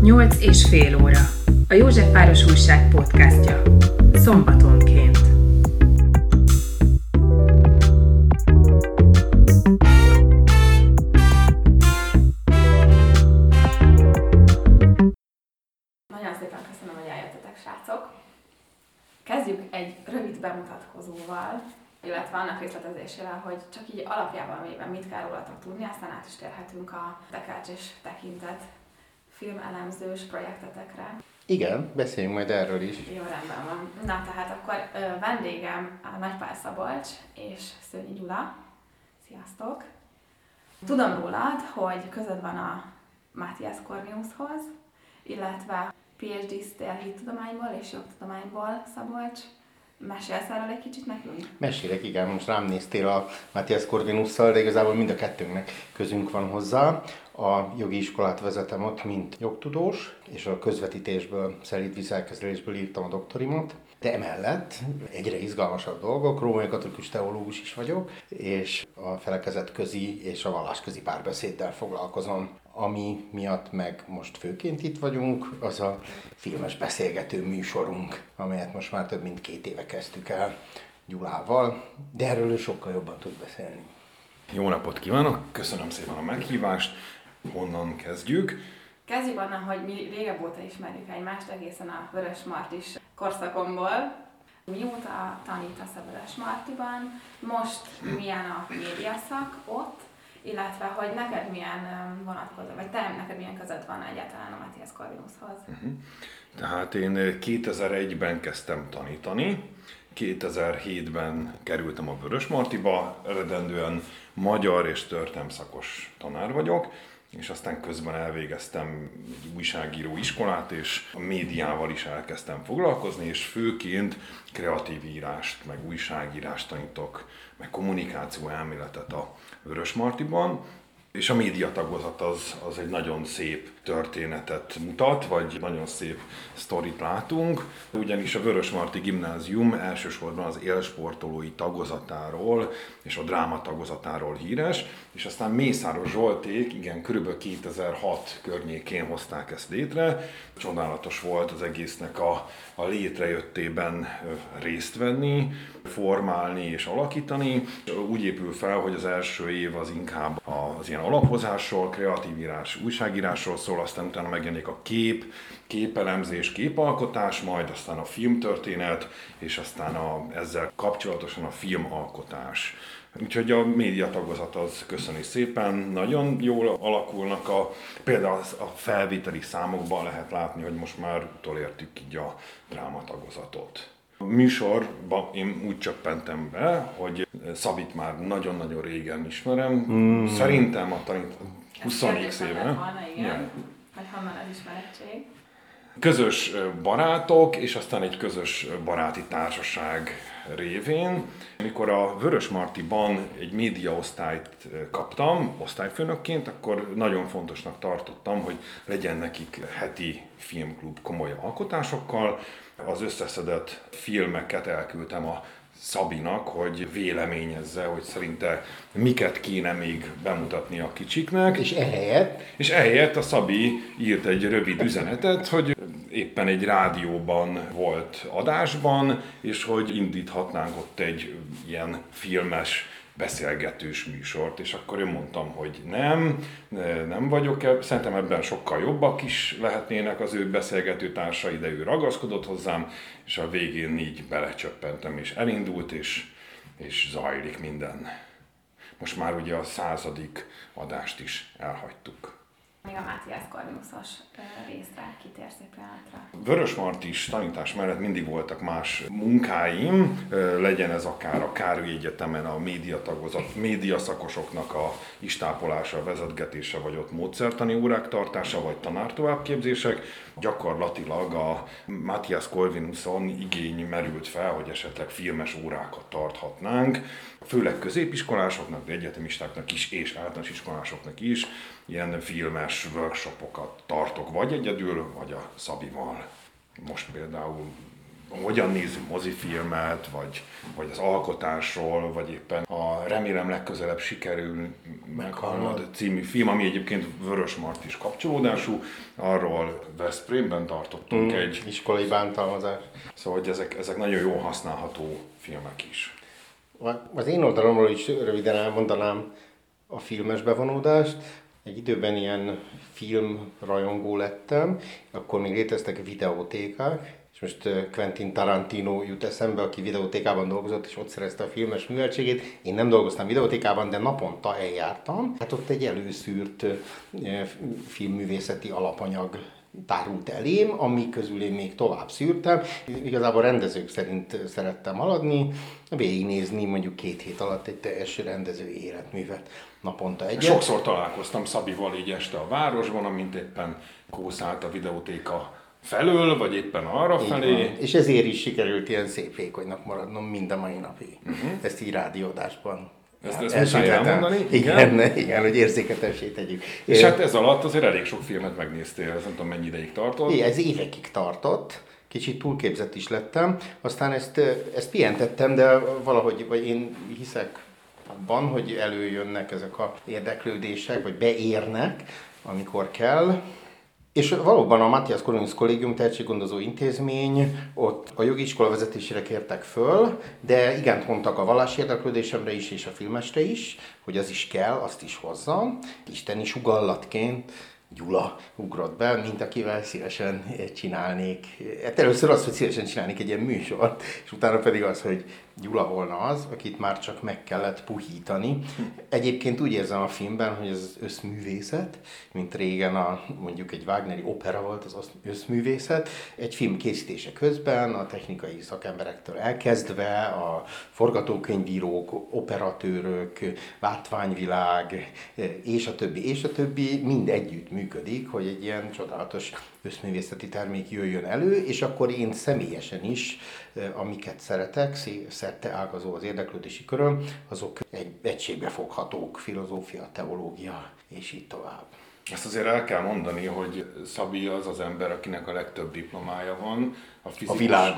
8,5 óra. A Józsefváros Újság podcastja. Szombatonként. Nagyon szépen köszönöm, hogy eljöttetek, srácok. Kezdjük egy rövid bemutatkozóval, illetve annak részletezésével, hogy csak így alapjában véve mit kell rólatok tudni, aztán át is térhetünk a tekercs és tekintet filmelemzős projektetekre. Igen, beszéljünk majd erről is. Jó, rendben van. Na, tehát akkor vendégem a Nagypál Szabolcs és Szőnyi Gyula. Sziasztok! Tudom rólad, hogy közöd van a Matthias Corvinushoz, illetve PhD-ztél hittudományból és jogtudományból, Szabolcs. Mesélsz erről egy kicsit nekünk? Mesélek, igen, most rám néztél a Matthias Corvinusszal, de igazából mind a kettőnknek közünk van hozzá. A jogi iskolát vezetem ott, mint jogtudós, és a közvetítésből, szelíd-viselkezelésből írtam a doktorimat. De emellett egyre izgalmasabb dolgok, római katolikus teológus is vagyok, és a felekezetközi és a vallásközi párbeszéddel foglalkozom. Ami miatt meg most főként itt vagyunk, az a filmes beszélgető műsorunk, amelyet most már több mint 2 éve kezdtük el Gyulával, de erről ő sokkal jobban tud beszélni. Jó napot kívánok, köszönöm szépen a meghívást, honnan kezdjük? Kezdjük onnan, hogy mi régebb óta ismerjük egymást, egészen a Vörösmarty korszakomból. Mióta tanítasz a Vörösmartyban, most milyen a médiaszak ott, illetve hogy neked milyen vonatkozó, vagy neked milyen között van egyáltalán a Matthias Corvinushoz? Tehát én 2001-ben kezdtem tanítani, 2007-ben kerültem a Vörösmartyba, eredendően magyar és történelem szakos tanár vagyok, és aztán közben elvégeztem egy újságíró iskolát, és a médiával is elkezdtem foglalkozni, és főként kreatív írást, meg újságírást tanítok, meg kommunikáció elméletet a Vörösmartyban. És a médiatagozat az egy nagyon szép történetet mutat, vagy nagyon szép sztorit látunk, ugyanis a Vörösmarty Gimnázium elsősorban az élsportolói tagozatáról és a dráma tagozatáról híres, és aztán Mészáros Zsolték, igen, körülbelül 2006 környékén hozták ezt létre. Csodálatos volt az egésznek a létrejöttében részt venni, formálni és alakítani. Úgy épül fel, hogy az első év az inkább az ilyen alapozásról, kreatív írás, újságírásról szól, aztán utána megjelenik a képelemzés, képalkotás, majd aztán a filmtörténet, és aztán ezzel kapcsolatosan a filmalkotás. Úgyhogy a médiatagozat az, köszöni szépen, nagyon jól alakulnak, például a felvételi számokban lehet látni, hogy most már utolértük így a drámatagozatot. A műsorban én úgy csöppentem be, hogy Szabit már nagyon-nagyon régen ismerem. Szerintem a 20 éve. Igen. Vagy honnan az ismerettség? Közös barátok, és aztán egy közös baráti társaság révén. Amikor a Vörösmartyban egy médiaosztályt kaptam, osztályfőnökként, akkor nagyon fontosnak tartottam, hogy legyen nekik heti filmklub komoly alkotásokkal. Az összeszedett filmeket elküldtem a Szabinak, hogy véleményezze, hogy szerinte miket kéne még bemutatni a kicsiknek. És ehelyett a Szabi írt egy rövid üzenetet, hogy éppen egy rádióban volt adásban, és hogy indíthatnánk ott egy ilyen filmes beszélgetős műsort, és akkor én mondtam, hogy nem vagyok, szerintem ebben sokkal jobbak is lehetnének az ő beszélgető társai, de ő ragaszkodott hozzám, és a végén így belecsöppentem, és elindult, és zajlik minden. Most már ugye a 100. adást is elhagytuk. Még a Matthias Corvinusos részre kitérsz egy pillanatra. Vörösmartys tanítás mellett mindig voltak más munkáim, legyen ez akár a Károly Egyetemen a médiatagozat, médiaszakosoknak a istápolása, a vezetgetése, vagy ott módszertani órák tartása, vagy tanártovábbképzések. Gyakorlatilag a Matthias Corvinuson igény merült fel, hogy esetleg filmes órákat tarthatnánk, főleg középiskolásoknak, de egyetemistáknak is, és általános iskolásoknak is ilyen filmes workshopokat tartok, vagy egyedül, vagy a Szabival. Most például hogyan nézünk mozifilmet, vagy az alkotásról, vagy éppen a Remélem legközelebb sikerül meghalnod című film, ami egyébként Vörösmarty kapcsolódású, arról Veszprémben tartottunk egy iskolai bántalmazás. Szóval hogy ezek nagyon jól használható filmek is. Az én oldalomról is röviden elmondanám a filmes bevonódást. Egy időben ilyen filmrajongó lettem, akkor még léteztek videótékák, és most Quentin Tarantino jut eszembe, aki videótékában dolgozott, és ott szerezte a filmes műveltségét. Én nem dolgoztam videótékában, de naponta eljártam. Hát ott egy előszűrt filmművészeti alapanyag tárult elém, ami közül én még tovább szűrtem. Igazából rendezők szerint szerettem haladni, végignézni mondjuk 2 hét alatt egy teljes rendezői életművet naponta egyet. Sokszor találkoztam Szabival így este a városban, amint éppen kószált a videótéka felől, vagy éppen arra felé. És ezért is sikerült ilyen szép vékonynak maradnom mind a mai napig. Ezt így rádiódásban. Ezt muszáj elmondani? Igen, hogy érzéketessé tegyük. És hát ez alatt azért elég sok filmet megnéztél, ez nem tudom mennyi ideig tartott. Ez évekig tartott, kicsit túlképzett is lettem, aztán ezt pihentettem, de valahogy, vagy én hiszek abban, hogy előjönnek ezek az érdeklődések, vagy beérnek, amikor kell. És valóban a Matthias Corvinus Kollégium tehetséggondozó intézmény, ott a jogi iskola vezetésére kértek föl, de igent mondtak a vallási érdeklődésemre is, és a filmesre is, hogy az is kell, azt is hozzam. Isteni sugallatként Gyula ugrott be, mint akivel szívesen csinálnék. Hát először az, hogy szívesen csinálnék egy ilyen műsort, és utána pedig az, hogy Gyula volna az, akit már csak meg kellett puhítani. Egyébként úgy érzem a filmben, hogy az összművészet, mint régen mondjuk egy Wagneri opera volt az összművészet, egy film készítése közben a technikai szakemberektől elkezdve, a forgatókönyvírók, operatőrök, látványvilág, és a többi, mind együtt működik, hogy egy ilyen csodálatos összművészeti termék jöjjön elő, és akkor én személyesen is, amiket szeretek, szerte ágazó az érdeklődési köröm, azok egy egységbe foghatók, filozófia, teológia, és így tovább. Ezt azért el kell mondani, hogy Szabi az ember, akinek a legtöbb diplomája van a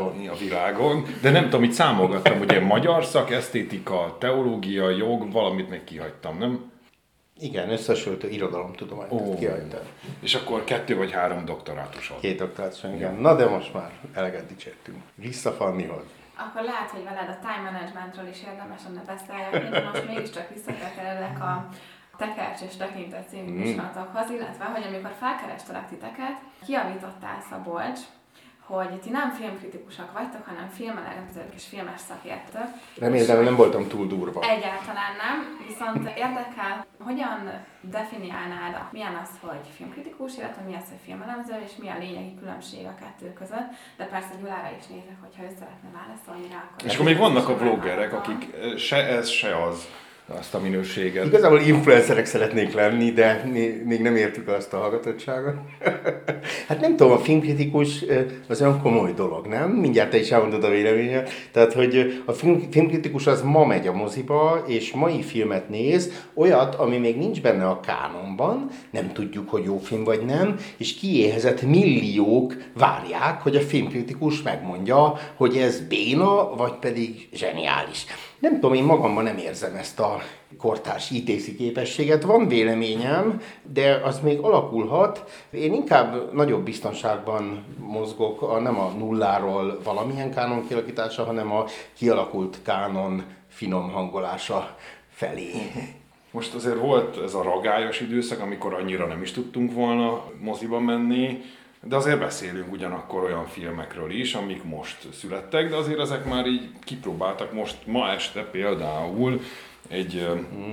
világon. De nem tudom, itt számolgattam, ugye magyar szak, esztétika, teológia, jog, valamit még kihagytam, nem? Igen, összesültő irodalomtudományt kihagytam. És akkor 2 vagy 3 doktorátusod. 2 doktorátuson, igen. Na de most már eleget dicsértünk. Vissza Fannihoz. Akkor lehet, hogy veled a time managementről is érdemes lenne beszélgetni, de most mégiscsak visszatekerelek a Tekercs és Tekintet című műsoratokhoz, illetve, hogy amikor felkerestelek titeket, kijavítottál, Szabolcs, hogy ti nem filmkritikusak vagytok, hanem filmelemzők és filmes szakértők. Remélem, nem voltam túl durva. Egyáltalán nem, viszont érdekel, hogyan definiálnád, milyen az, hogy filmkritikus, illetve mi az, hogy filmelemző, és mi a lényegi különbség a kettő között, de persze Gyulára is nézek, hogyha ő szeretne válaszolni rá, akkor... És akkor még vannak a vloggerek, akik se ez, se az, azt a minőséget. Igazából influencerek szeretnék lenni, de még nem értük azt a hallgatottságot. Hát nem tudom, a filmkritikus az olyan komoly dolog, nem? Mindjárt te is elmondod a véleményed. Tehát, hogy a filmkritikus az ma megy a moziba, és mai filmet néz, olyat, ami még nincs benne a kánonban, nem tudjuk, hogy jó film vagy nem, és kiéhezett milliók várják, hogy a filmkritikus megmondja, hogy ez béna, vagy pedig zseniális. Nem tudom, én magamban nem érzem ezt a kortárs ítészi képességet. Van véleményem, de az még alakulhat. Én inkább nagyobb biztonságban mozgok, nem a nulláról valamilyen kánon kialakítása, hanem a kialakult kánon finom hangolása felé. Most azért volt ez a ragályos időszak, amikor annyira nem is tudtunk volna moziba menni, de azért beszélünk ugyanakkor olyan filmekről is, amik most születtek, de azért ezek már így kipróbáltak. Most ma este például egy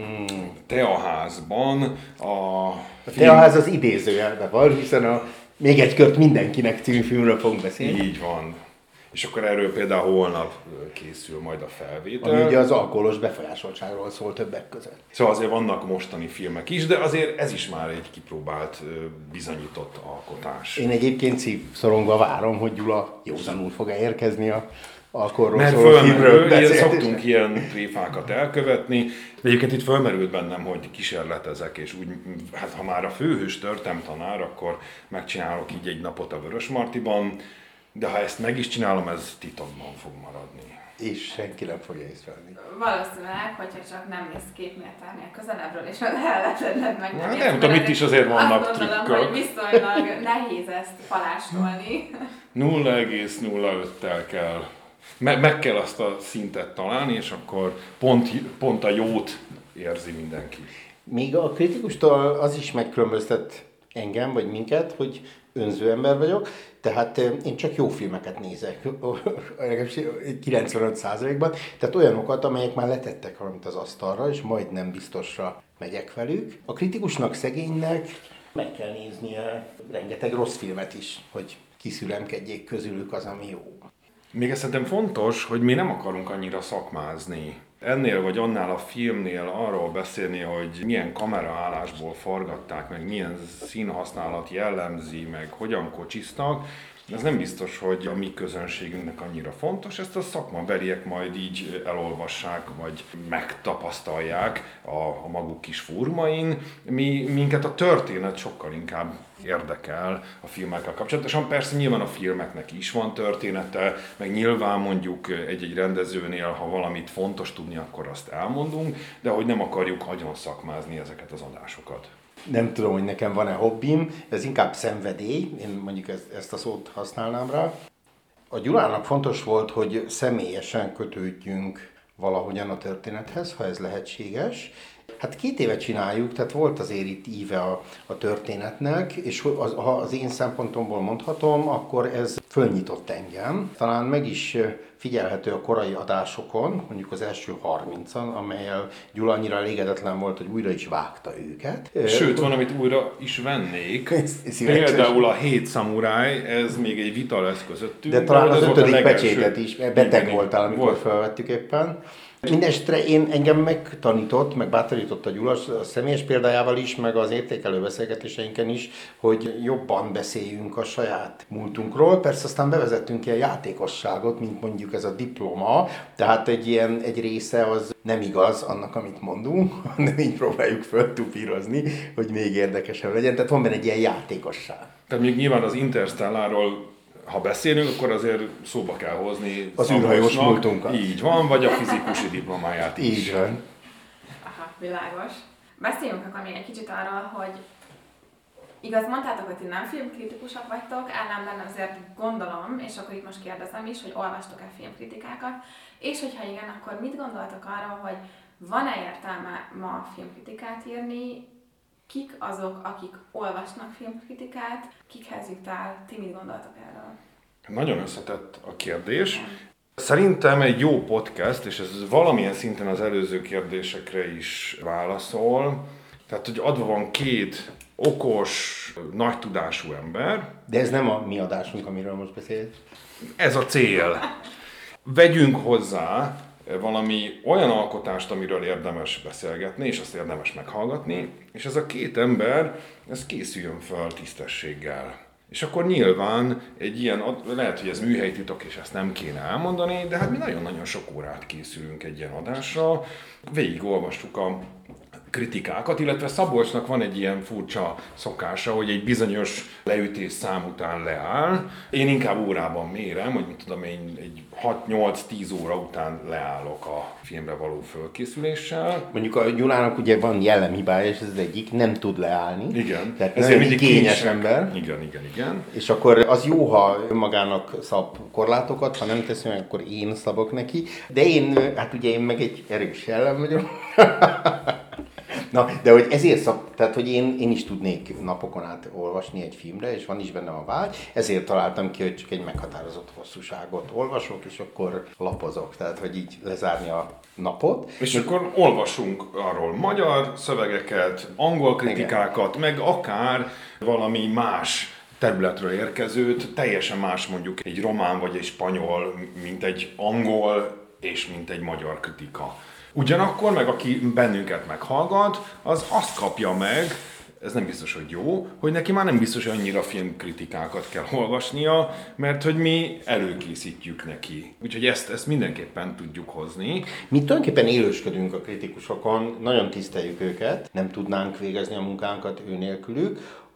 teaházban a teaház az idézőjelben van, hiszen Még egy kört mindenkinek című filmről fogunk beszélni. Így van. És akkor erről például holnap készül majd a felvétel. Ami ugye az alkoholos befolyásoltságról szól többek között. Szóval azért vannak mostani filmek is, de azért ez is már egy kipróbált, bizonyított alkotás. Én egyébként szívszorongva várom, hogy Gyula józanul fog-e érkezni a alkoholról mert szóló filmről. Szoktunk ilyen tréfákat elkövetni. Egyébként itt fölmerült bennem, hogy kísérletezek, és úgy, hát ha már a főhős történelemtanár, akkor megcsinálok így egy napot a Vörösmartyban. De ha ezt meg is csinálom, ez titokban fog maradni. És senki nem fogja észrevenni. Valószínűleg, hogyha csak nem mész 2 méternél közelebbről, és a lehetetlen meg Hát nem tudom, itt is azért vannak azt gondolom, trükkök. hogy viszonylag nehéz ezt palástolni. 0,05-tel kell. Meg kell azt a szintet találni, és akkor pont a jót érzi mindenki. Még a kritikustól az is megkülönböztet engem, vagy minket, hogy önző ember vagyok, tehát én csak jó filmeket nézek, 95%-ban, tehát olyanokat, amelyek már letettek valamit az asztalra, és majdnem biztosra megyek velük. A kritikusnak, szegénynek meg kell néznie rengeteg rossz filmet is, hogy kiszülemkedjék közülük az, ami jó. Még ezt szerintem fontos, hogy mi nem akarunk annyira szakmázni. Ennél vagy annál a filmnél arról beszélni, hogy milyen kameraállásból forgatták, meg milyen színhasználat jellemzi, meg hogyan kocsiztak, ez nem biztos, hogy a mi közönségünknek annyira fontos, ezt a szakmabeliek majd így elolvassák, vagy megtapasztalják a maguk kis furmain. Minket a történet sokkal inkább érdekel a filmekkel kapcsolatosan. Persze nyilván a filmeknek is van története, meg nyilván mondjuk egy-egy rendezőnél, ha valamit fontos tudni, akkor azt elmondunk, de hogy nem akarjuk agyon szakmázni ezeket az adásokat. Nem tudom, hogy nekem van-e hobbim, ez inkább szenvedély, én mondjuk ezt a szót használnám rá. A Gyulának fontos volt, hogy személyesen kötődjünk valahogyan a történethez, ha ez lehetséges. Hát 2 éve csináljuk, tehát volt azért itt íve a történetnek, és ha az én szempontomból mondhatom, akkor ez fölnyitott engem. Talán meg is figyelhető a korai adásokon, mondjuk az első 30-an, amelyel Gyula annyira elégedetlen volt, hogy újra is vágta őket. Sőt, van, amit újra is vennék. Például a 7 szamuráj, ez még egy vita lesz közöttünk. De talán az 5. legelső. pecsétet is, beteg voltál, amikor felvettük éppen. Mindenesetre engem megtanított, meg bátorított a Gyula a személyes példájával is, meg az értékelő beszélgetéseinken is, hogy jobban beszéljünk a saját múltunkról. Persze aztán bevezettünk ilyen játékosságot, mint mondjuk ez a diploma, tehát egy része az nem igaz annak, amit mondunk, hanem így próbáljuk föltupírozni, hogy még érdekesebb legyen. Tehát van benne egy ilyen játékosság. Tehát még nyilván az Interstellárról, ha beszélünk, akkor azért szóba kell hozni az űrhajós múltunkat. Így van, vagy a fizikusi diplomáját is. Így van. Aha, világos. Beszéljünk akkor még egy kicsit arról, hogy igaz, mondtátok, hogy ti nem filmkritikusak vagytok, ellenben azért gondolom, és akkor itt most kérdezem is, hogy olvastok-e filmkritikákat, és hogyha igen, akkor mit gondoltok arról, hogy van-e értelme ma filmkritikát írni, kik azok, akik olvasnak filmkritikát, kikhez jut el, ti mit gondoltok erről? Nagyon összetett a kérdés. Szerintem egy jó podcast, és ez valamilyen szinten az előző kérdésekre is válaszol, tehát hogy adva van 2 okos, nagy tudású ember. De ez nem a mi adásunk, amiről most beszélsz. Ez a cél. Vegyünk hozzá valami olyan alkotást, amiről érdemes beszélgetni, és azt érdemes meghallgatni, és ez a 2 ember, ez készüljön fel tisztességgel. És akkor nyilván egy ilyen, lehet, hogy ez műhelytitok, és ezt nem kéne elmondani, de hát mi nagyon-nagyon sok órát készülünk egy ilyen adásra. Végigolvastuk a kritikákat, illetve Szabolcsnak van egy ilyen furcsa szokása, hogy egy bizonyos leütés szám után leáll. Én inkább órában mérem, hogy mit tudom én, egy 6-8-10 óra után leállok a filmre való fölkészüléssel. Mondjuk a Gyulának ugye van jellemhibája, és ez az egyik, nem tud leállni. Igen. Tehát ezért mindig kényes kések. ember. Igen. És akkor az jó, ha önmagának szab korlátokat, ha nem teszi meg, akkor én szabok neki. De hát ugye én meg egy erős jellem vagyok. Na, de hogy ezért tehát hogy én is tudnék napokon át olvasni egy filmre, és van is bennem a vágy, ezért találtam ki, hogy csak egy meghatározott hosszúságot olvasok, és akkor lapozok, tehát hogy így lezárni a napot. És akkor olvasunk arról magyar szövegeket, angol kritikákat, meg akár valami más területről érkezőt, teljesen más mondjuk egy román vagy egy spanyol, mint egy angol és mint egy magyar kritika. Ugyanakkor meg aki bennünket meghallgat, az azt kapja meg, ez nem biztos, hogy jó, hogy neki már nem biztos, hogy annyira filmkritikákat kell olvasnia, mert hogy mi előkészítjük neki. Úgyhogy ezt mindenképpen tudjuk hozni. Mi tulajdonképpen élősködünk a kritikusokon, nagyon tiszteljük őket, nem tudnánk végezni a munkánkat ő nélkülük.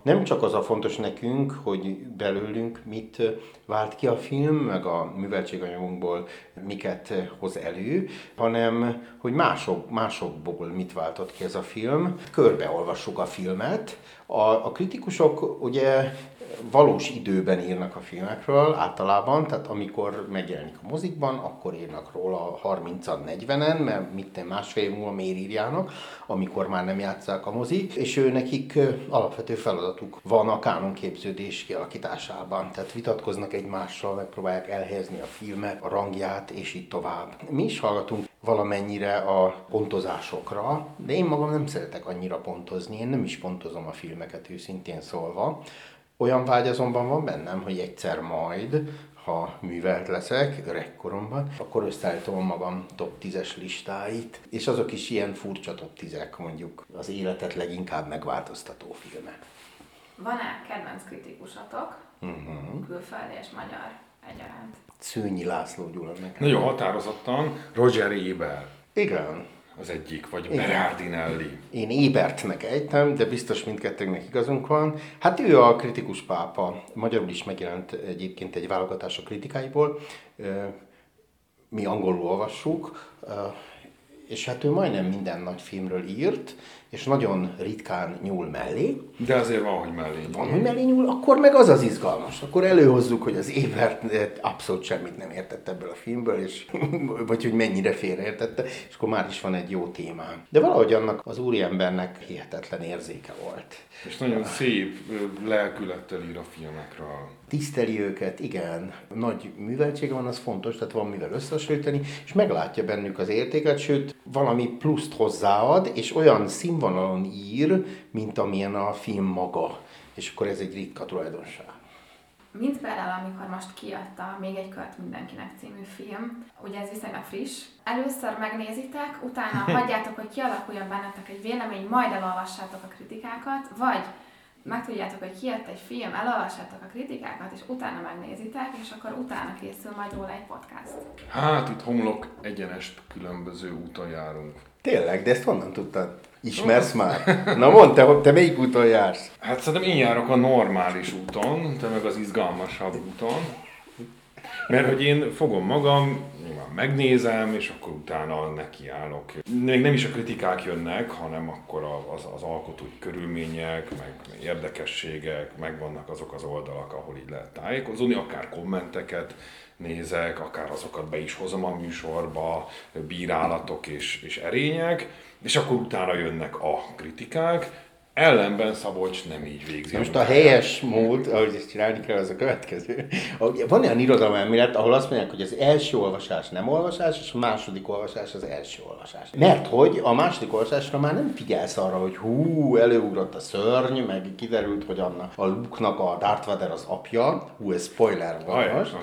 Nem csak az a fontos nekünk, hogy belőlünk mit vált ki a film, meg a műveltséganyagunkból miket hoz elő, hanem hogy másokból mit váltott ki ez a film. Körbeolvassuk a filmet. A kritikusok ugye valós időben írnak a filmekről általában, tehát amikor megjelenik a mozikban, akkor írnak róla 30-40-en, mert másfél év múlva miért írjának, amikor már nem játsszák a mozik, és nekik alapvető feladatuk van a kánonképződés kialakításában. Tehát vitatkoznak egymással, megpróbálják elhelyezni a filmet, a rangját, és így tovább. Mi is hallgatunk valamennyire a pontozásokra, de én magam nem szeretek annyira pontozni, én nem is pontozom a filmeket őszintén szólva. Olyan vágy azonban van bennem, hogy egyszer majd, ha művelt leszek öregkoromban, akkor összeállítom a magam top 10-es listáit, és azok is ilyen furcsa top 10-ek, mondjuk az életet leginkább megváltoztató filmek. Van-e kedvenc kritikusatok, külföldi és magyar egyaránt? Szőnyi László Gyula nekem. Nagyon határozottan Roger Ebert Igen. az egyik, vagy Berardinelli. Én Ebertnek ejtem, de biztos mindkettőnknek igazunk van. Hát ő a kritikus pápa. Magyarul is megjelent egyébként egy válogatás a kritikáiból. Mi angolul olvassuk, és hát ő majdnem minden nagy filmről írt, és nagyon ritkán nyúl mellé. De azért van, hogy mellé nyúl. Van, hogy mellé nyúl, akkor meg az izgalmas. Akkor előhozzuk, hogy az Ebert abszolút semmit nem értett ebből a filmből, és, vagy hogy mennyire félreértette, és akkor már is van egy jó témám. De valahogy annak az úriembernek hihetetlen érzéke volt. És nagyon szép lelkülettel ír a filmekről. Tiszteli őket, igen. Nagy műveltsége van, az fontos, tehát van mivel összehasonlítani, és meglátja bennük az értéket, sőt, valami pluszt hozzáad, és olyan színvonalon ír, mint amilyen a film maga. És akkor ez egy ritka tulajdonság. Mint például, amikor most kijött a Még egy kört mindenkinek című film, ugye ez viszonylag friss. Először megnézitek, utána hagyjátok, hogy kialakuljon bennetek egy vélemény, majd elolvassátok a kritikákat, vagy megtudjátok, hogy kijött egy film, elolvassátok a kritikákat, és utána megnézitek, és akkor utána készül majd róla egy podcast. Hát itt homlok egyenest különböző úton járunk. Tényleg, de ezt honnan tudtad? Ismersz már? Na mondd, te melyik úton jársz? Hát szerintem én járok a normális úton, te meg az izgalmasabb úton. Mert hogy én fogom magam, nyilván megnézem, és akkor utána nekiállok. Még nem is a kritikák jönnek, hanem akkor az alkotói körülmények, meg érdekességek, meg vannak azok az oldalak, ahol így lehet tájékozódni, akár kommenteket nézek, akár azokat be is hozom a műsorba, bírálatok és erények, és akkor utána jönnek a kritikák. Ellenben Szabolcs nem így végzi. Most a helyes mód, ahogy ezt csinálni kell, az a következő. Van olyan irodalomelmélet, ahol azt mondják, hogy az első olvasás nem olvasás, és a második olvasás az első olvasás. Mert hogy a második olvasásra már nem figyelsz arra, hogy előugrott a szörny, meg kiderült, hogy a Luke-nak a Darth Vader az apja, ez spoiler van most,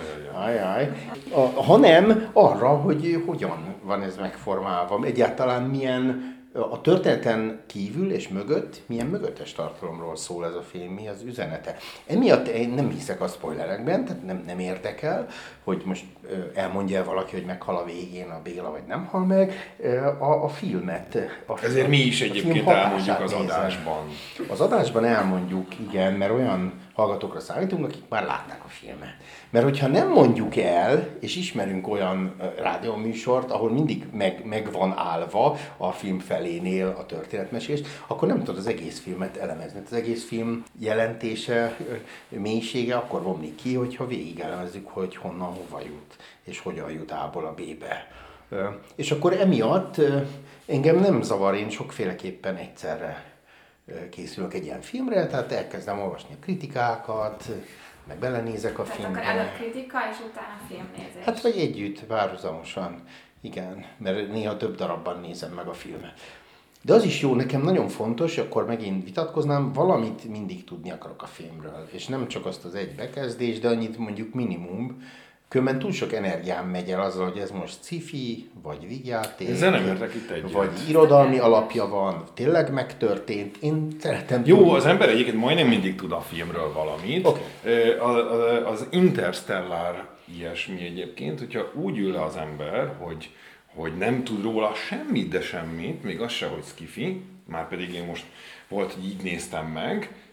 hanem arra, hogy hogyan van ez megformálva, egyáltalán milyen a történeten kívül és mögött, milyen mögöttes tartalomról szól ez a film, mi az üzenete. Emiatt én nem hiszek a spoilerekben, tehát nem érdekel, hogy most elmondja valaki, hogy meghal a végén a Béla, vagy nem hal meg, a filmet. Ezért mi is egyébként elmondjuk az adásban. Az adásban elmondjuk, igen, mert olyan hallgatókra számítunk, akik már látták a filmet. Mert hogyha nem mondjuk el, és ismerünk olyan rádióműsort, ahol mindig meg van állva a film felénél a történetmesélés, akkor nem tudod az egész filmet elemezni. Az egész film jelentése, mélysége akkor bomlik ki, hogyha végig elemezzük, hogy honnan hova jut, és hogyan jut A-ból a B-be. És akkor emiatt engem nem zavar, én sokféleképpen egyszerre készülök egy ilyen filmre, tehát elkezdem olvasni a kritikákat, meg belenézek a filmbe. Tehát akkor előbb kritika, és utána filmnézés. Hát vagy együtt, párhuzamosan. Igen, mert néha több darabban nézem meg a filmet. De az is jó, nekem nagyon fontos, akkor megint vitatkoznám, valamit mindig tudni akarok a filmről. És nem csak azt az egy bekezdés, de annyit mondjuk minimum. Különben túl sok energiám megy el azzal, hogy ez most sci-fi, vagy vígjáték, ezzel nem értek itt egyet. Vagy irodalmi alapja van, tényleg megtörtént. Én szeretem Jó, tudni. az ember egyébként majdnem mindig tud a filmről valamit. Okay. Az Interstellar ilyesmi egyébként, hogyha úgy ül le az ember, hogy nem tud róla semmit, de semmit, még az se, hogy sci-fi, már pedig én most volt, hogy így néztem meg,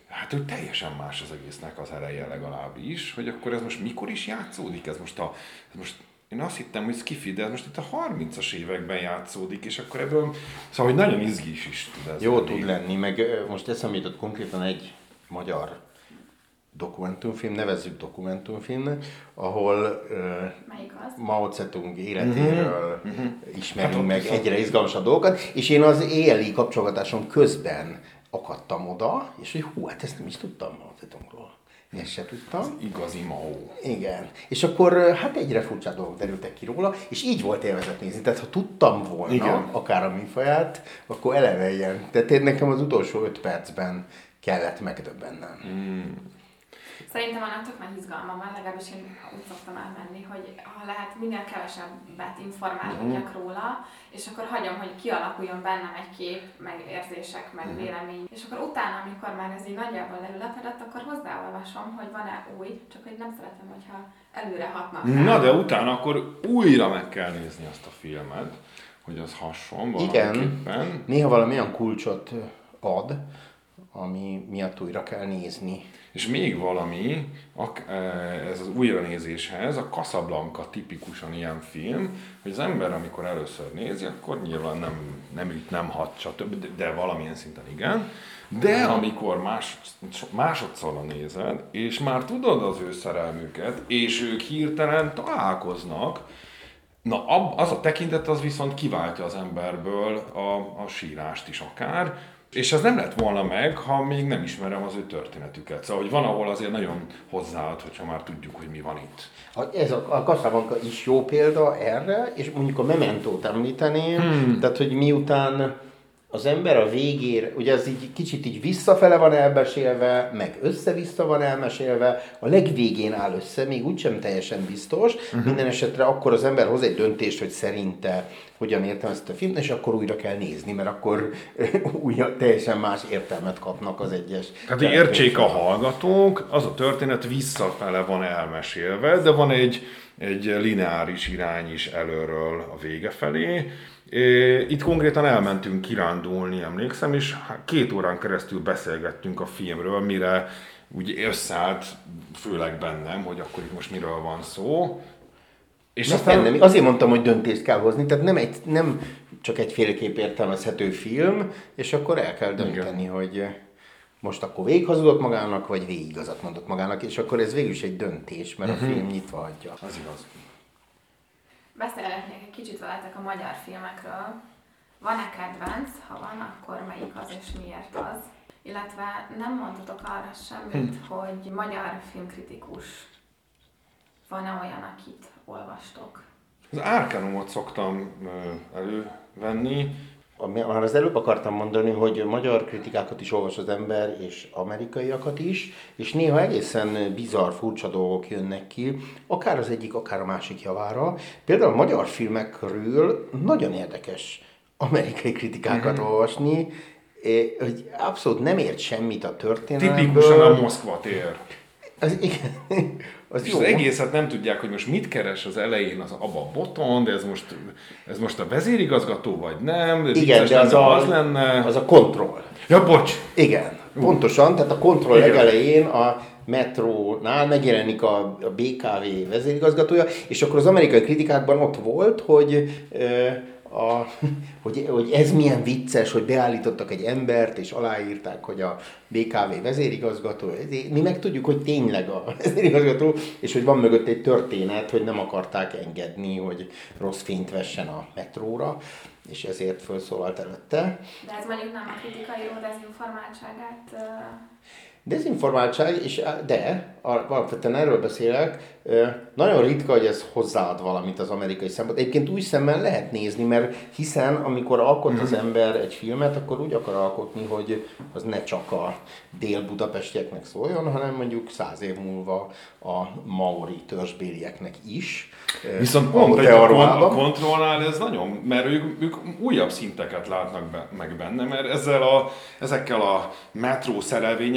hát hogy teljesen más az egésznek az eleje legalábbis, hogy akkor ez most mikor is játszódik, ez most én azt hittem, hogy skifi, de ez most itt a 30-as években játszódik, és akkor ebből, szóval, hogy nagyon izgis is tud ez Jó lenni. tud lenni, meg most eszembe jutott konkrétan egy magyar dokumentumfilm, nevezzük dokumentumfilmnek, ahol Melyik az? Mao Zedong életéről ismerünk meg egyre izgalmasabb dolgokat, és én az éjjeli kapcsolgatásom közben akadtam oda, és hogy hú, hát ezt nem is tudtam Mao Zedongról. Én ezt se tudtam. Igazi Mao. Igen. És akkor hát egyre furcsább dolgok derültek ki róla, és így volt élvezet nézni. Tehát ha tudtam volna, igen, akár a műfaját, akkor eleve ilyen. Tehát én nekem az utolsó 5 percben kellett megdöbbennem. Szerintem annak tök nagy izgalma van, legalábbis én úgy szoktam elmenni, hogy ha lehet minél kevesebbet informálódjak róla, és akkor hagyom, hogy kialakuljon bennem egy kép, meg érzések, meg vélemény. És akkor utána, amikor már ez így nagyjából leülepedett, akkor hozzáolvasom, hogy van-e új, csak hogy nem szeretem, hogyha előre hatnak. Na de utána akkor újra meg kell nézni azt a filmet, hogy az hasson valamiképpen. Igen, néha valami olyan kulcsot ad, ami miatt újra kell nézni. És még valami, ez az újranézéshez, a Casablanca tipikusan ilyen film, hogy az ember, amikor először nézi, akkor nyilván nem üt, nem hat, stb., de valamilyen szinten igen. De amikor másodszorra nézed, és már tudod az ő szerelmüket, és ők hirtelen találkoznak, na az a tekintet az viszont kiváltja az emberből a sírást is akár, és ez nem lett volna meg, ha még nem ismerem az ő történetüket. Szóval, hogy van, ahol azért nagyon hozzáad, hogyha már tudjuk, hogy mi van itt. Ez a Casablanca is jó példa erre, és mondjuk a Mementót említeném, tehát, hogy miután az ember a végére, ugye ez így kicsit így visszafele van elmesélve, meg össze-vissza van elmesélve, a legvégén áll össze, még úgysem teljesen biztos, minden esetre akkor az ember hoz egy döntést, hogy szerinte hogyan értelmezte a filmet, és akkor újra kell nézni, mert akkor újra teljesen más értelmet kapnak az egyes. Tehát értsék a hallgatók, az a történet visszafele van elmesélve, de van egy lineáris irány is előről a vége felé. Itt konkrétan elmentünk kirándulni, emlékszem, és 2 órán keresztül beszélgettünk a filmről, mire úgy összeállt, főleg bennem, hogy akkor itt most miről van szó. És aztán azért mondtam, hogy döntést kell hozni, tehát nem csak egyféleképp értelmezhető film, és akkor el kell dönteni, hogy most akkor végighazudott magának, vagy végigigazat mondott magának, és akkor ez végül is egy döntés, mert a film nyitva hagyja. Az igaz. Beszélhetnék egy kicsit veletek a magyar filmekről. Van-e kedvenc? Ha van, akkor melyik az és miért az? Illetve nem mondhatok arra semmit, hogy magyar filmkritikus van-e olyan, akit olvastok? Az Arcanumot szoktam elővenni. Már az előbb akartam mondani, hogy magyar kritikákat is olvas az ember, és amerikaiakat is, és néha egészen bizarr, furcsa dolgok jönnek ki, akár az egyik, akár a másik javára. Például a magyar filmekről nagyon érdekes amerikai kritikákat olvasni, hogy abszolút nem ért semmit a történelemből. Tipikusan a Moszkva tér. Az és jó. az egészet nem tudják, hogy most mit keres az elején abba a boton, de ez most a vezérigazgató vagy nem, de igen, de az lenne. Az a kontroll. Ja, bocs! Igen, pontosan, tehát a kontroll legelején a metrónál megjelenik a BKV vezérigazgatója, és akkor az amerikai kritikákban ott volt, hogy ez milyen vicces, hogy beállítottak egy embert, és aláírták, hogy a BKV vezérigazgató. Mi meg tudjuk, hogy tényleg a vezérigazgató, és hogy van mögött egy történet, hogy nem akarták engedni, hogy rossz fényt vessen a metróra, és ezért felszólalt előtte. De ez mondjuk nem a kritikai dezinformáltságát... Dezinformáltság, de alapvetően erről beszélek, nagyon ritka, hogy ez hozzáad valamit az amerikai szempont. Egyébként új szemmel lehet nézni, mert hiszen amikor alkot az ember egy filmet, akkor úgy akar alkotni, hogy az ne csak a dél-budapestieknek szóljon, hanem mondjuk 100 év múlva a maori törzsbélieknek is. Viszont pont a kontrollnál ez nagyon, mert ők újabb szinteket látnak meg benne, mert ezekkel a metró szerelvényekkel ők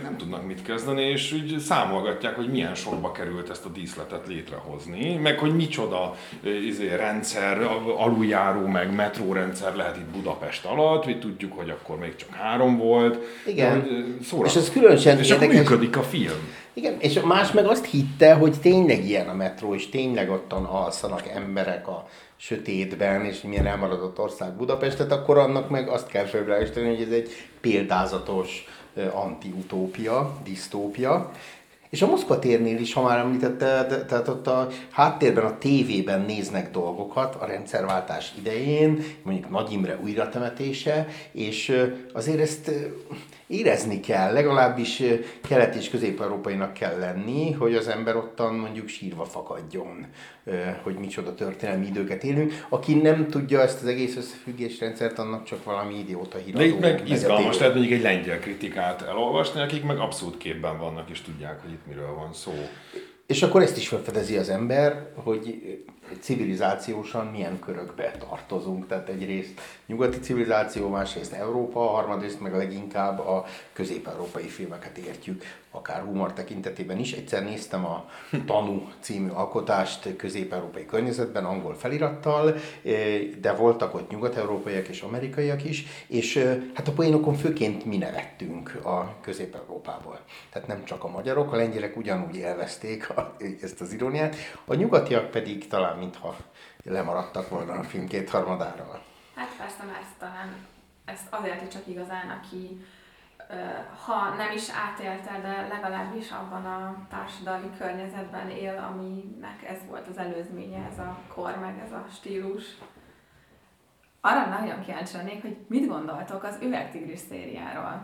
nem tudnak mit kezdeni, és úgy számolgatják, hogy milyen sokba került ezt a díszletet létrehozni, meg hogy micsoda rendszer, aluljáró, meg metrórendszer lehet itt Budapest alatt, mi tudjuk, hogy akkor még csak 3 volt. Igen, és ez különösen és akkor működik a film. Igen, és más meg azt hitte, hogy tényleg ilyen a metró, és tényleg ottan alszanak emberek a sötétben, és milyen elmaradott ország Budapestet, akkor annak meg azt kell felvilágosítani, hogy ez egy példázatos anti-utópia, disztópia. És a Moszkva térnél is, ha már említetted, tehát ott a háttérben, a tévében néznek dolgokat a rendszerváltás idején, mondjuk Nagy Imre újratemetése, és azért ezt érezni kell, legalábbis kelet- és közép-európainak kell lenni, hogy az ember ottan mondjuk sírva fakadjon, hogy micsoda történelmi időket élünk. Aki nem tudja ezt az egész összefüggésrendszert, annak csak valami idióta híradó. De itt meg izgalmas lehet mondjuk egy lengyel kritikát elolvasni, akik meg abszolút képben vannak, és tudják, hogy itt miről van szó. És akkor ezt is felfedezi az ember, hogy civilizációsan milyen körökbe tartozunk. Tehát egyrészt nyugati civilizáció, másrészt Európa, harmadrészt meg leginkább a közép-európai filmeket értjük, akár humor tekintetében is. Egyszer néztem a Tanú című alkotást közép-európai környezetben, angol felirattal, de voltak ott nyugat-európaiak és amerikaiak is, és hát a poénokon főként mi nevettünk a Közép-Európából. Tehát nem csak a magyarok, a lengyelek ugyanúgy élvezték ezt az iróniát, a nyugatiak pedig talán mintha lemaradtak volna a film kétharmadáról. Hát persze, mert talán ezt azért is csak igazán, aki ha nem is átélte, de legalábbis abban a társadalmi környezetben él, aminek ez volt az előzménye, ez a kor, meg ez a stílus. Arra nagyon kíváncsi lennék, hogy mit gondoltok az Üvegtigris szériáról?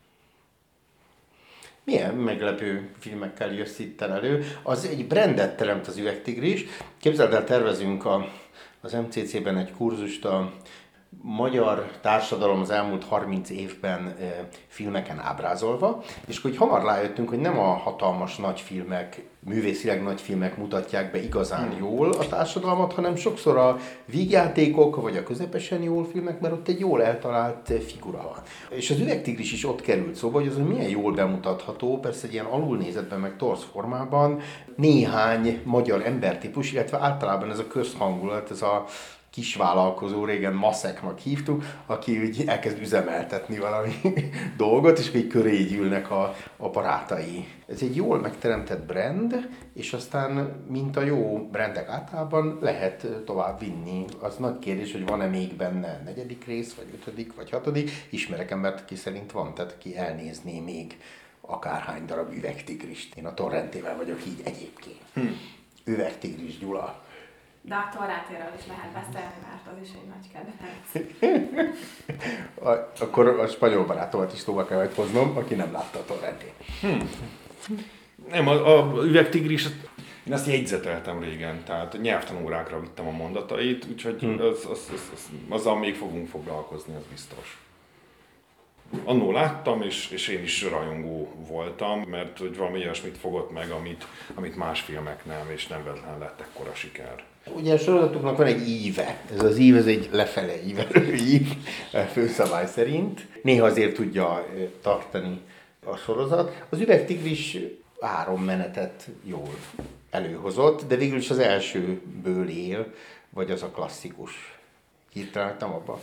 Milyen meglepő filmekkel jössz itt elő. Az egy brandet teremt az Üvegtigris. Képzeld el, tervezünk az MCC-ben egy kurzust a magyar társadalom az elmúlt 30 évben filmeken ábrázolva, és akkor hamar rájöttünk, hogy nem a hatalmas nagy filmek, művészileg nagy filmek mutatják be igazán jól a társadalmat, hanem sokszor a vígjátékok, vagy a közepesen jól filmek, mert ott egy jól eltalált figura van. És az Üvegtigris is ott került szóba, hogy az milyen jól bemutatható, persze egy ilyen alulnézetben, meg torz formában néhány magyar embertípus, illetve általában ez a közhangulat, ez a kisvállalkozó, régen maszeknak hívtuk, aki úgy elkezd üzemeltetni valami dolgot, és így köré gyűlnek a barátai. Ez egy jól megteremtett brand, és aztán, mint a jó brandek általában, lehet tovább vinni. Az nagy kérdés, hogy van-e még benne 4. rész, vagy 5., vagy 6. Ismerek embert, aki szerint van, tehát aki elnézné még akárhány darab Üvegtigrist. Én a torrentével vagyok így egyébként. Üvegtigris Gyula. De a torrentéről is lehet beszélni, mert az is egy nagy kedvenc. Akkor a spanyol barátomat is szóba kellett hoznom, aki nem látta a torrentét. Nem, a Üvegtigris, én azt jegyzeteltem régen, tehát nyelvtanórákra vittem a mondatait, úgyhogy azzal még fogunk foglalkozni, az biztos. Annól láttam, és én is rajongó voltam, mert hogy valami olyasmit fogott meg, amit más filmek nem, és nem véletlenül lett ekkora siker. Ugye a sorozatoknak van egy íve. Ez az ív, ez egy lefele ívelő ív, főszabály szerint. Néha azért tudja tartani a sorozat. Az Üvegtigris 3 menetet jól előhozott, de végül is az elsőből él, vagy az a klasszikus. Hirtaláltam abba?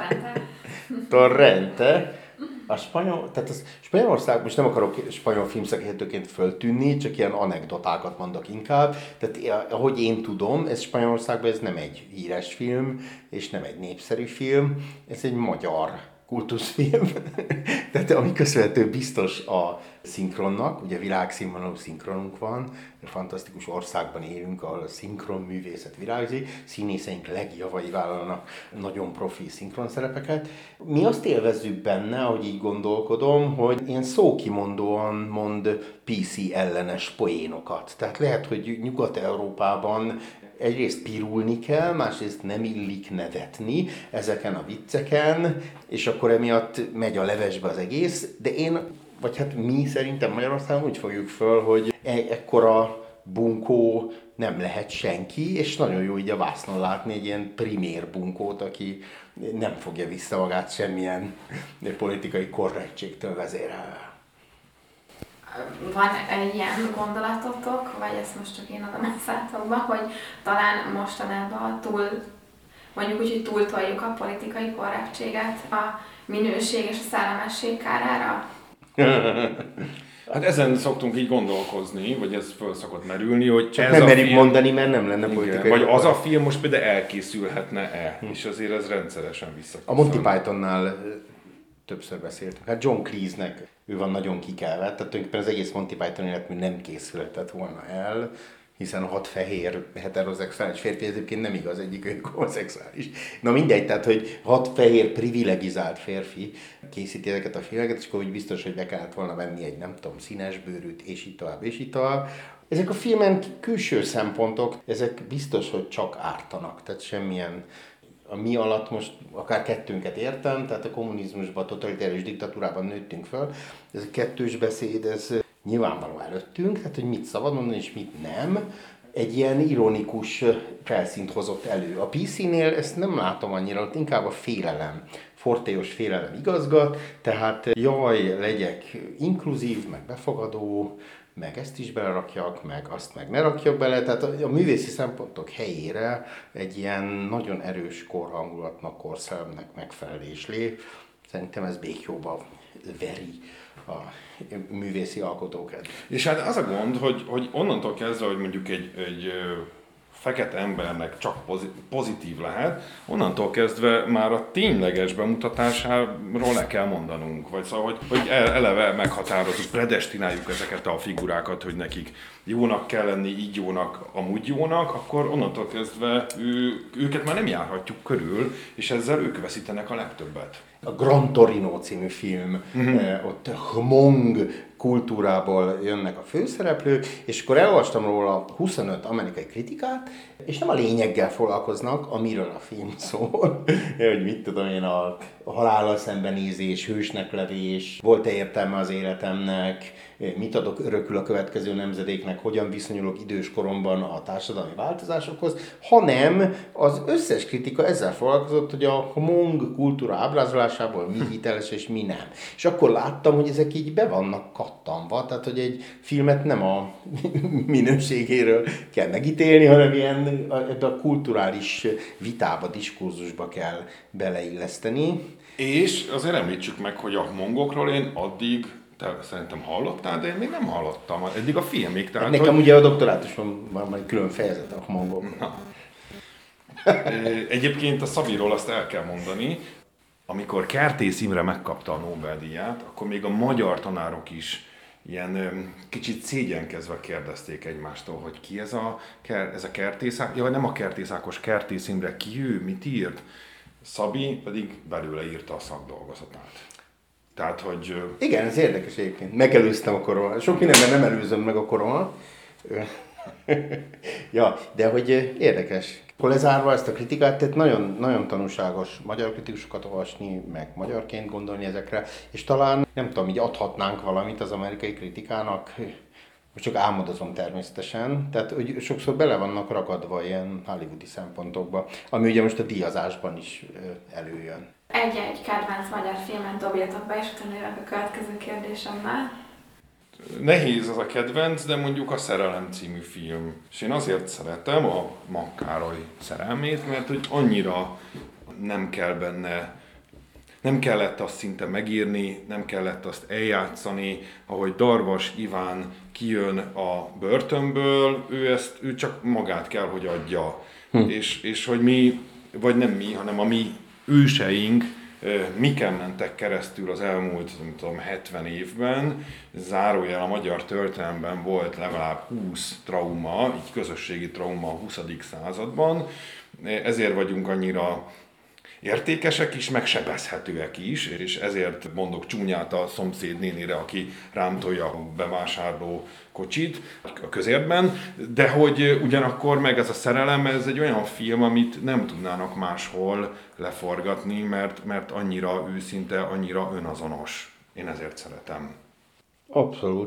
Torrente. A spanyol, tehát az Spanyolország, most nem akarok spanyol filmszakértőként föltűnni, csak ilyen anekdotákat mondok inkább. Tehát ahogy én tudom, ez Spanyolországban ez nem egy híres film, és nem egy népszerű film, ez egy magyar kultuszfilm. Tehát ami köszönhető biztos a szinkronnak, ugye világszínvonalú szinkronunk van, fantasztikus országban élünk, ahol a szinkronművészet virágzik, színészeink legjavai vállalnak nagyon profi szinkronszerepeket. Mi azt élvezzük benne, ahogy így gondolkodom, hogy ilyen szókimondóan mond PC ellenes poénokat. Tehát lehet, hogy Nyugat-Európában egyrészt pirulni kell, másrészt nem illik nevetni ezeken a vicceken, és akkor emiatt megy a levesbe az egész, de én, vagy hát mi szerintem Magyarországon úgy fogjuk föl, hogy ekkora bunkó nem lehet senki, és nagyon jó így a vásznon látni egy ilyen primér bunkót, aki nem fogja vissza magát semmilyen politikai korrektségtől vezérelve. Van egy ilyen gondolatotok, vagy ezt most csak én adom a szátokba, hogy talán mostanában mondjuk úgy, hogy túltoljuk a politikai korrektséget a minőség és a szellemesség kárára? Hát ezen szoktunk így gondolkozni, vagy ez föl szokott merülni, hogy csak ez nem a merjük film, mondani, mert nem lenne politikai. igen, vagy az a film most például elkészülhetne-e, és azért ez rendszeresen visszaköszön. A Monty Pythonnál többször beszéltünk. Hát John Cleese-nek ő van nagyon kikelve, tehát tulajdonképpen az egész Monty Python életmű nem készülhetett volna el, hiszen a 6 fehér heteroszexuális férfi egyébként nem igaz, egyik ők homoszexuális. Na mindegy, tehát hogy 6 fehér privilegizált férfi készíti ezeket a filmeket, és akkor úgy biztos, hogy be kellett volna venni egy nem tudom, színes bőrűt, és így tovább, és így tovább. Ezek a filmen külső szempontok, ezek biztos, hogy csak ártanak, tehát semmilyen. A mi alatt most akár kettőnket értem, tehát a kommunizmusban, a totalitárius diktatúrában nőttünk föl. Ez a kettős beszéd, ez nyilvánvaló előttünk, tehát hogy mit szabad mondani és mit nem. Egy ilyen ironikus felszínt hozott elő. A PC-nél ezt nem látom annyira, ott inkább a félelem, fortélyos félelem igazgat, tehát jaj, legyek inkluzív, meg befogadó, meg ezt is belerakjak, meg azt meg ne rakjak bele. Tehát a művészi szempontok helyére egy ilyen nagyon erős korhangulatnak, korszellemnek megfelelés lép. Szerintem ez békjóba veri a művészi alkotókat. És hát az a gond, hogy onnantól kezdve, hogy mondjuk egy fekete embernek csak pozitív lehet, onnantól kezdve már a tényleges bemutatásáról le kell mondanunk. Vagy szóval, hogy eleve meghatározunk, predestináljuk ezeket a figurákat, hogy nekik jónak kell lenni, így jónak, amúgy jónak, akkor onnantól kezdve őket már nem járhatjuk körül, és ezzel ők veszítenek a legtöbbet. A Gran Torino című film, ott Hmong kultúrából jönnek a főszereplők, és akkor elolvastam róla 25 amerikai kritikát, és nem a lényeggel foglalkoznak, amiről a film szól, hogy mit tudom én, a halállal szembenézés, hősnek levés, volt-e értelme az életemnek, mit adok örökül a következő nemzedéknek, hogyan viszonyulok idős koromban a társadalmi változásokhoz, hanem az összes kritika ezzel foglalkozott, hogy a Hmong kultúra ábrázolásából mi hiteles és mi nem. És akkor láttam, hogy ezek így be vannak kattanva, tehát hogy egy filmet nem a minőségéről kell megítélni, hanem ilyen ebbe a kulturális vitába, diskurzusba kell beleilleszteni. És azért említsük meg, hogy a mongokról én addig te szerintem hallottál, de én még nem hallottam. Eddig a filmig. Tehát, nekem hogy... ugye a doktorátuson van egy külön fejezet a mongokról. Egyébként a Szabiról azt el kell mondani, amikor Kertész Imre megkapta a Nobel-díját, akkor még a magyar tanárok is ilyen kicsit szégyenkezve kérdezték egymástól, hogy ki ez a Kertész Ákos, ja, nem a Kertész Ákos, Kertész Imre, ki ő, mit írt? Szabi pedig belőle írta a szakdolgozatát. Tehát, hogy... Igen, ez érdekes egyébként. Megelőztem a koromat. Sok mindenben nem előzöm meg a koromat. Ja, de hogy érdekes. Akkor lezárva ezt a kritikát, tehát nagyon, nagyon tanulságos magyar kritikusokat olvasni, meg magyarként gondolni ezekre, és talán, nem tudom, így adhatnánk valamit az amerikai kritikának, most csak álmodozom természetesen, tehát hogy sokszor bele vannak ragadva ilyen hollywoodi szempontokba, ami ugye most a díjazásban is előjön. Egy-egy kedvenc magyar filmet dobjatok be, és utána jövök a következő kérdésemmel. Nehéz az a kedvenc, de mondjuk a Szerelem című film. És én azért szeretem a Mag Károly szerelmét, mert hogy annyira nem kell benne, nem kellett azt szinte megírni, nem kellett azt eljátszani, ahogy Darvas Iván kijön a börtönből, ő csak magát kell, hogy adja. És hogy mi, vagy nem mi, hanem a mi őseink miken mentek keresztül az elmúlt, nem tudom, 70 évben, zárójel a magyar történelemben volt legalább 20 trauma, így közösségi trauma a 20. században, ezért vagyunk annyira értékesek is, meg sebezhetőek is, és ezért mondok csúnyát a szomszéd nénire, aki rám tolja a bevásárló kocsit a közértben, de hogy ugyanakkor meg ez a Szerelem, ez egy olyan film, amit nem tudnának máshol leforgatni, mert annyira őszinte, annyira önazonos. Én ezért szeretem. Abszolút.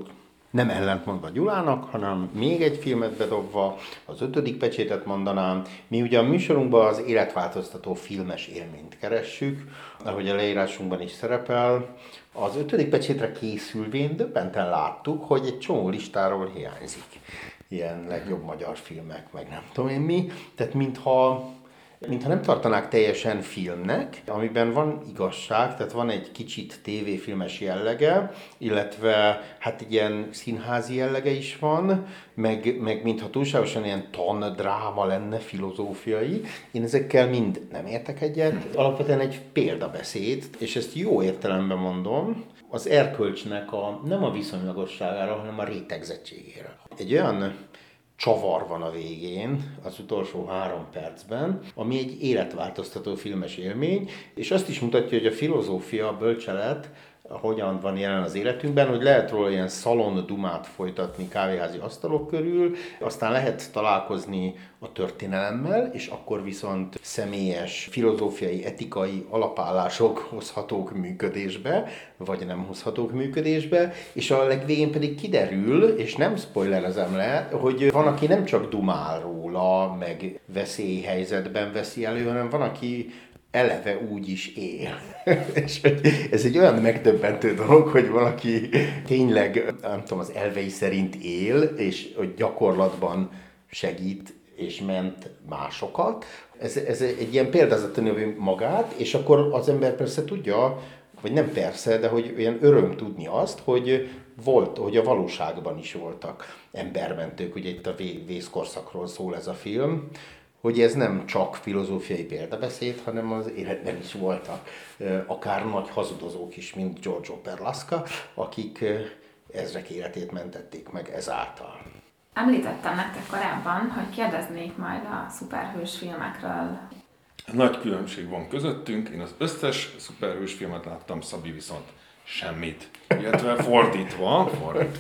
Nem ellentmondva Gyulának, hanem még egy filmet bedobva, az 5. pecsétet mondanám. Mi ugye a műsorunkban az életváltoztató filmes élményt keressük, ahogy a leírásunkban is szerepel. Az 5. pecsétre készülvén döbbenten láttuk, hogy egy csomó listáról hiányzik. Ilyen legjobb magyar filmek, meg nem tudom én mi. Tehát mintha nem tartanák teljesen filmnek, amiben van igazság, tehát van egy kicsit tévéfilmes jellege, illetve hát egy ilyen színházi jellege is van, meg mintha túlságosan ilyen tandráma lenne, filozófiai. Én ezekkel mind nem értek egyet. Alapvetően egy példabeszéd, és ezt jó értelemben mondom, az erkölcsnek nem a viszonylagosságára, hanem a rétegzettségére. Egy olyan csavar van a végén, az utolsó 3 percben, ami egy életváltoztató filmes élmény, és azt is mutatja, hogy a filozófia, a bölcselet hogyan van jelen az életünkben, hogy lehet róla ilyen szalon-dumát folytatni kávéházi asztalok körül, aztán lehet találkozni a történelemmel, és akkor viszont személyes, filozófiai, etikai alapállások hozhatók működésbe, vagy nem hozhatók működésbe, és a legvégén pedig kiderül, és nem spoilerezem le, hogy van, aki nem csak dumál róla, meg veszélyhelyzetben veszi elő, hanem van, aki eleve úgy is él. És ez egy olyan megdöbbentő dolog, hogy valaki tényleg, nem tudom, az elvei szerint él, és hogy gyakorlatban segít és ment másokat. Ez egy ilyen példázatlan növi magát, és akkor az ember persze tudja, vagy nem persze, de hogy olyan öröm tudni azt, hogy hogy a valóságban is voltak embermentők, ugye itt a vészkorszakról szól ez a film, hogy ez nem csak filozófiai példabeszéd, hanem az életben is voltak akár nagy hazudozók is, mint Giorgio Perlasca, akik ezrek életét mentették meg ezáltal. Említettem nektek korábban, hogy kérdeznék majd a szuperhős filmekről. Nagy különbség van közöttünk, én az összes szuperhős filmet láttam, Szabi viszont semmit. Illetve fordítva.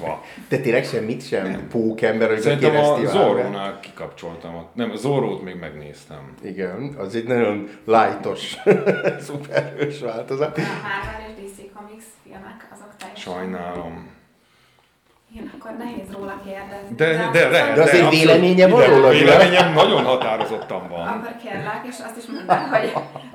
De tényleg semmit sem? Pókember, hogy szerintem a Zorrónál kikapcsoltam. Nem, a Zorrót még megnéztem. Igen, az egy nagyon lightos szuperhős változat. A Marvel és DC Comics filmek, azok teljesen... Sajnálom. Igen, akkor nehéz róla kérdezni. De azért véleménye van róla? Véleményem nagyon határozottan van. Akkor kérlek, és azt is mondd el,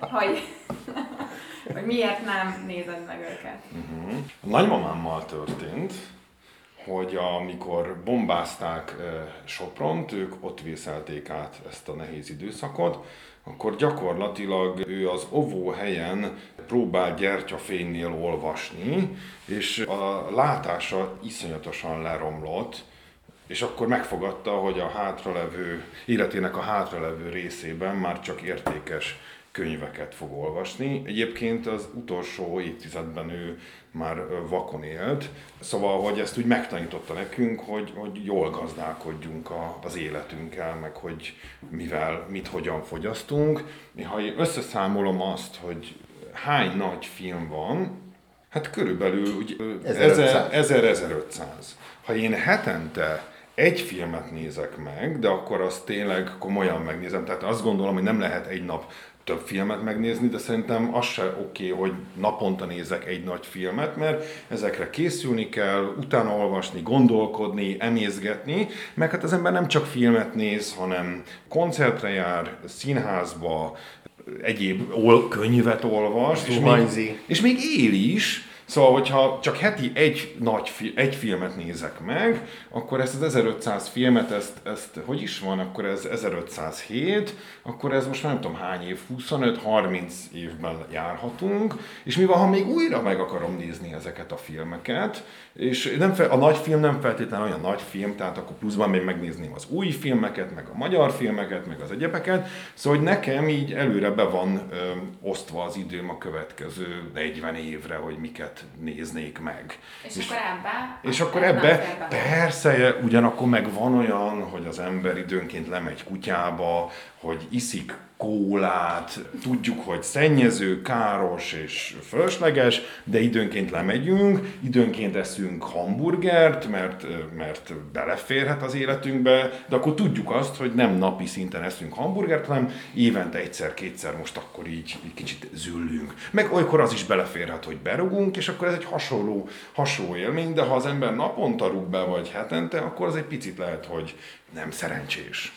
hogy miért nem nézed meg őket. A nagymamámmal történt, hogy amikor bombázták Sopront, ők ott vészelték át ezt a nehéz időszakot, akkor gyakorlatilag ő az óvóhelyen próbál gyertyafénynél olvasni, és a látása iszonyatosan leromlott, és akkor megfogadta, hogy a életének a hátralevő részében már csak értékes könyveket fog olvasni. Egyébként az utolsó évtizedben ő már vakon élt, szóval, hogy ezt úgy megtanította nekünk, hogy jól gazdálkodjunk az életünkkel, meg hogy mit hogyan fogyasztunk. Ha én összeszámolom azt, hogy hány nagy film van, hát körülbelül 1000-1500. Ha én hetente egy filmet nézek meg, de akkor azt tényleg komolyan megnézem, tehát azt gondolom, hogy nem lehet egy nap több filmet megnézni, de szerintem az se oké, hogy naponta nézek egy nagy filmet, mert ezekre készülni kell, utána olvasni, gondolkodni, emészgetni, meg hát az ember nem csak filmet néz, hanem koncertre jár, színházba, egyéb könyvet olvas, és még él is. Szóval, hogyha csak heti egy filmet nézek meg, akkor ezt az 1500 filmet, ezt hogy is van, akkor ez 1507, akkor ez most nem tudom hány év, 25-30 évben járhatunk, és mi van, ha még újra meg akarom nézni ezeket a filmeket, és a nagy film nem feltétlenül olyan nagy film, tehát akkor pluszban még megnézném az új filmeket, meg a magyar filmeket, meg az egyebeket, szóval hogy nekem így előre be van osztva az időm a következő 40 évre, hogy miket néznék meg. És akkor ebbe persze, ugyanakkor meg van olyan, hogy az ember időnként lemegy kutyába, hogy iszik kólát, tudjuk, hogy szennyező, káros és fölösleges, de időnként lemegyünk, időnként eszünk hamburgert, mert beleférhet az életünkbe, de akkor tudjuk azt, hogy nem napi szinten eszünk hamburgert, hanem évente egyszer-kétszer most akkor így kicsit züllünk. Meg olykor az is beleférhet, hogy berugunk, és akkor ez egy hasonló élmény, de ha az ember naponta rúg be, vagy hetente, akkor az egy picit lehet, hogy nem szerencsés.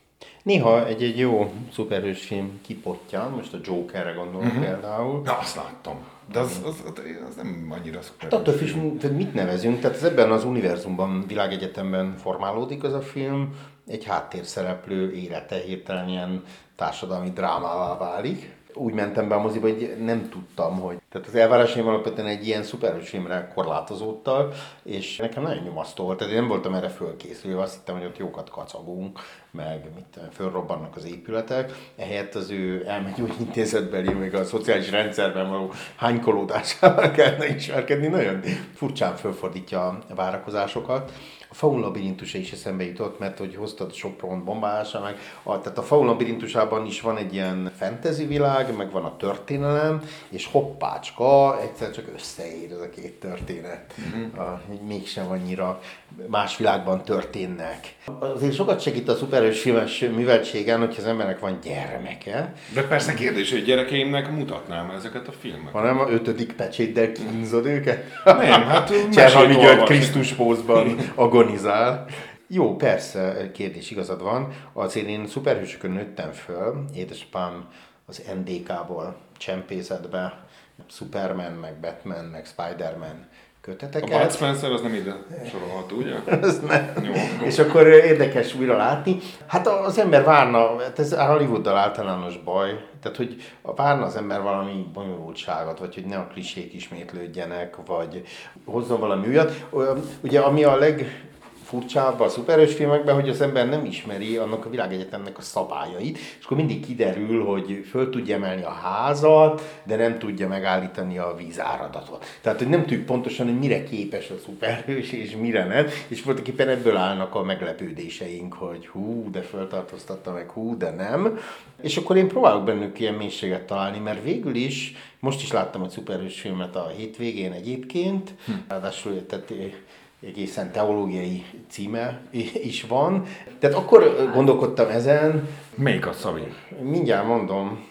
Néha egy jó szuperhős film kipottyan, most a Jokerre gondolok például. Na, azt láttam. De az nem annyira szuper. Hát attól is, mit nevezünk, tehát ez ebben az univerzumban, világegyetemben formálódik az a film, egy háttérszereplő élete hirtelen ilyen társadalmi drámává válik. Úgy mentem be a moziba, hogy nem tudtam, hogy... Tehát az elvárásaim alapvetően egy ilyen szuperhős filmre korlátozódtak, és nekem nagyon nyomasztó volt, tehát én nem voltam erre fölkészülve, azt hittem, hogy ott jókat kacagunk, meg fölrobbannak az épületek, ehelyett az ő elmegyógyintézetbeli, még a szociális rendszerben való hánykolódásával kellene ismerkedni, nagyon furcsán fölfordítja a várakozásokat. A Faun labirintusa is eszembe jutott, mert hogy hoztad Sopron bombálása, meg tehát a Faun labirintusában is van egy ilyen fantasy világ, meg van a történelem, és hoppácska, egyszer csak összeér ez a két történet. Mégsem annyira más világban történnek. Azért sokat segít a szuperhős filmes műveltségen, hogyha az embernek van gyermeke. De persze kérdés, hogy gyerekeimnek mutatnám ezeket a filmeket. Hanem a 5. pecséttel kínzod őket? Nem, hát Cserhalmi György Krisztus pózban agonizál. Jó, persze, kérdés, igazad van. Azért én szuperhősökön nőttem föl. Édesapám az NDK-ból csempészett be Superman, meg Batman, meg Spider-Man köteteket. A Bud Spencer az nem ide sorolható, ugye? Ez nem. Jó. És akkor érdekes újra látni. Hát az ember várna, ez a Hollywooddal általános baj, tehát hogy várna az ember valami bonyolultságot, vagy hogy ne a klisék ismétlődjenek, vagy hozzon valami újat. Ugye ami a legfurcsább a szuperhős filmekben, hogy az ember nem ismeri annak a világegyetemnek a szabályait, és akkor mindig kiderül, hogy föl tudja emelni a házat, de nem tudja megállítani a vízáradatot. Tehát, hogy nem tudjuk pontosan, hogy mire képes a szuperhős, és mire nem, és voltaképpen ebből állnak a meglepődéseink, hogy hú, de föltartóztatta meg, hú, de nem. És akkor én próbálok bennük ilyen mélységet találni, mert végül is, most is láttam egy szuperhős filmet a hétvégén egyébként, ráadásul tehát egészen teológiai címe is van. Tehát akkor gondolkodtam ezen. Melyik a Szabi? Mindjárt mondom.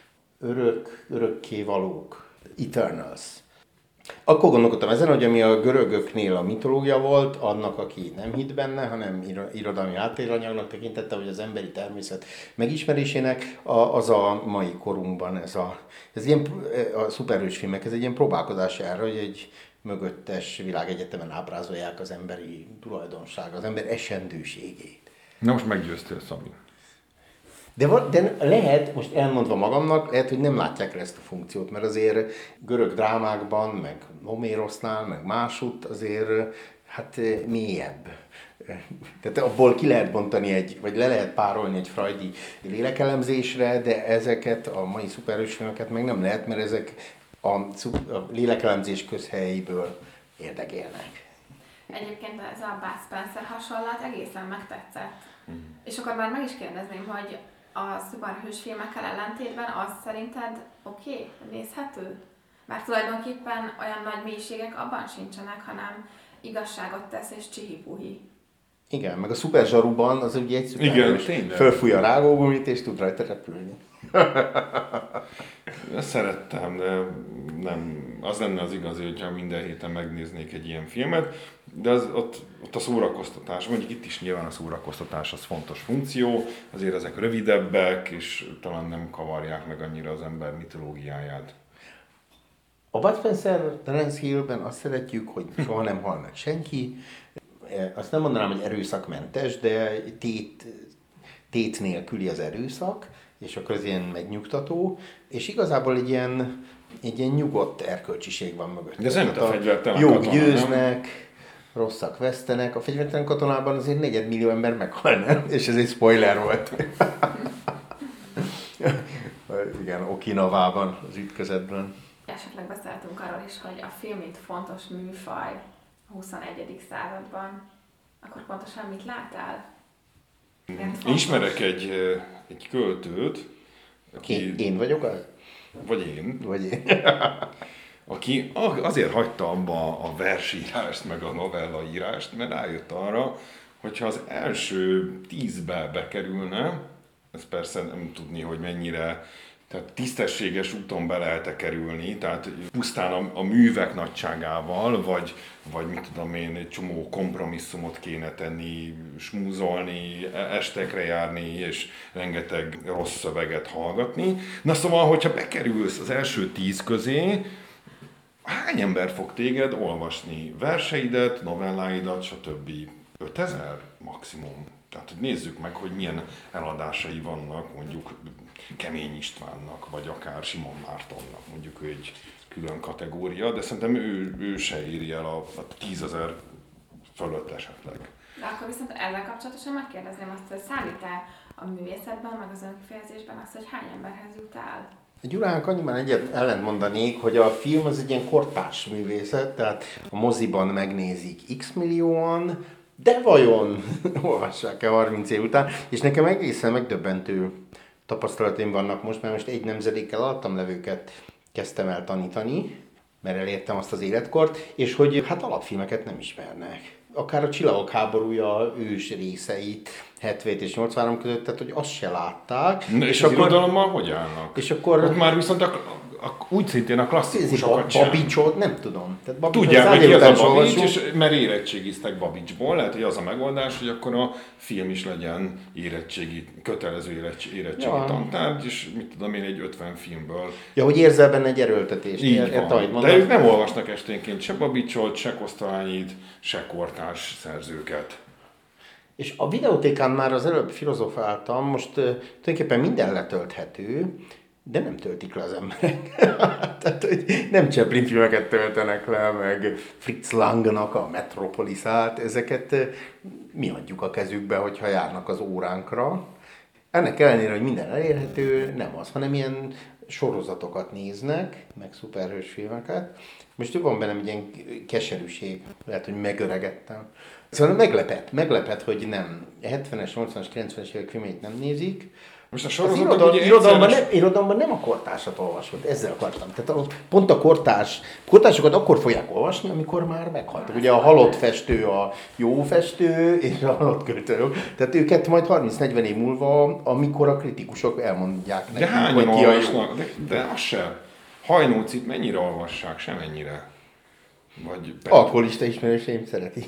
Örökkévalók. Eternals. Akkor gondolkodtam ezen, hogy ami a görögöknél a mitológia volt, annak, aki nem hitt benne, hanem irodalmi háttéranyagnak tekintette, hogy az emberi természet megismerésének, az a mai korunkban ez ilyen, a szuperhős filmek, ez egy ilyen próbálkozás erre, hogy egy mögöttes világegyetemen ábrázolják az emberi tulajdonság, az ember esendőségét. Na most meggyőztél, Szabi. De lehet, most elmondva magamnak, lehet, hogy nem látják el ezt a funkciót, mert azért görög drámákban, meg Homérosznál, meg másutt azért hát mélyebb. Tehát abból ki lehet bontani vagy le lehet párolni egy freudi lélekelemzésre, de ezeket a mai szuperhős filmeket meg nem lehet, mert ezek a lélekelemzés közhelyeiből érdekelnek. Egyébként ez a Bud Spencer hasonlat egészen megtetszett. És akkor már meg is kérdezném, hogy a szuperhős filmekkel ellentétben az szerinted oké, nézhető? Mert tulajdonképpen olyan nagy mélységek abban sincsenek, hanem igazságot tesz és csihipuhi. Igen, meg a szuper zsaruban az ugye egy szuperhős fölfújja a rágógumit és tud rajta repülni. Ezt szerettem, de nem, az lenne az igazi, hogyha minden héten megnéznék egy ilyen filmet, de ott a szórakoztatás, mondjuk itt is nyilván a szórakoztatás az fontos funkció, azért ezek rövidebbek, és talán nem kavarják meg annyira az ember mitológiáját. A Bud Spencer Terence Hill-ben azt szeretjük, hogy soha nem hal meg senki. Azt nem mondanám, hogy erőszakmentes, de tét nélküli az erőszak, és akkor az ilyen megnyugtató, és igazából egy ilyen nyugodt erkölcsiség van mögött. De ez nem a fegyvertelen jók katona, győznek, nem? Rosszak vesztenek. A fegyvertelen katonában azért 4 millió ember meghal, nem? És ez egy spoiler volt. Igen, Okinawában, az ütközetben. Esetleg beszéltünk arról is, hogy a film mint fontos műfaj a 21. században. Akkor pontosan mit látál? Ismerek egy költőt, aki... Én vagyok az? Vagy én. Aki azért hagyta abba a versírást, meg a novellaírást, mert rájött arra, hogyha az első 10-be bekerülne, ez persze nem tudni, hogy mennyire Tehát tisztességes úton be lehet kerülni, tehát pusztán a művek nagyságával, vagy mit tudom én, egy csomó kompromisszumot kéne tenni, smúzolni, estekre járni, és rengeteg rossz szöveget hallgatni. Na szóval, hogyha bekerülsz az első 10 közé, hány ember fog téged olvasni? Verseidet, novelláidat, stb. 5000 maximum. Tehát hogy nézzük meg, hogy milyen eladásai vannak mondjuk Kemény Istvánnak, vagy akár Simon Mártonnak, mondjuk ő egy külön kategória, de szerintem ő se írja el a 10 000 fölött esetleg. De akkor viszont ezzel kapcsolatosan megkérdezném azt, hogy számít-e a művészetben, meg az önkifejezésben azt, hogy hány emberhez jut el? Gyulának annyiban egyet ellent mondanék, hogy a film az egy ilyen kortárs művészet, tehát a moziban megnézik x millióan, de vajon olvassák-e 30 év után? És nekem egészen megdöbbentő tapasztalataim vannak most, mert most egy nemzedékkel alattam levőket kezdtem el tanítani, mert elértem azt az életkort, és hogy hát alapfilmeket nem ismernek. Akár a Csillagok háborúja ős részeit 77 és 83 között, tehát hogy azt se látták. És az irodalommal hogy állnak? És akkor... Ott már viszont úgy szintén a klasszikusokat sem. Babicsot, nem tudom. Tudják, hogy ki az a Babics, és mert érettségiztek Babicsból, lehet, hogy az a megoldás, hogy akkor a film is legyen kötelező érettségi tantárgy, és mit tudom én, egy 50 filmből. Ja, hogy érzel benne egy erőltetést. Így van. De ők nem olvasnak esténként se Babicsot, se Kosztolányit, se kortárs szerzőket. És a videótékán már az előbb filozofáltam, most tulajdonképpen minden letölthető, de nem töltik le az emberek. Tehát, hogy nem Chaplin filmeket töltenek le, meg Fritz Langnak a Metropolisát, ezeket mi adjuk a kezükbe, hogyha járnak az óránkra. Ennek ellenére, hogy minden elérhető, nem az, hanem ilyen sorozatokat néznek, meg szuperhős filmeket. Most van bennem egy ilyen keserűség, lehet, hogy megöregettem. Szóval meglepett, hogy nem 70-es, 80-as, 90-es évek filmjeit nem nézik. Most a sorozatok irodalomban nem a kortársat olvasod, ezzel akartam. Tehát pont a kortársakat akkor fogják olvasni, amikor már meghaltak. Ugye a halott festő a jó festő, és a halott költő jó. Tehát őket majd 30-40 év múlva, amikor a kritikusok elmondják nekik, de hányan olvasnak? De az se. Hajnócit mennyire olvassák? Semennyire. Alkoholista ismerőseim szereti.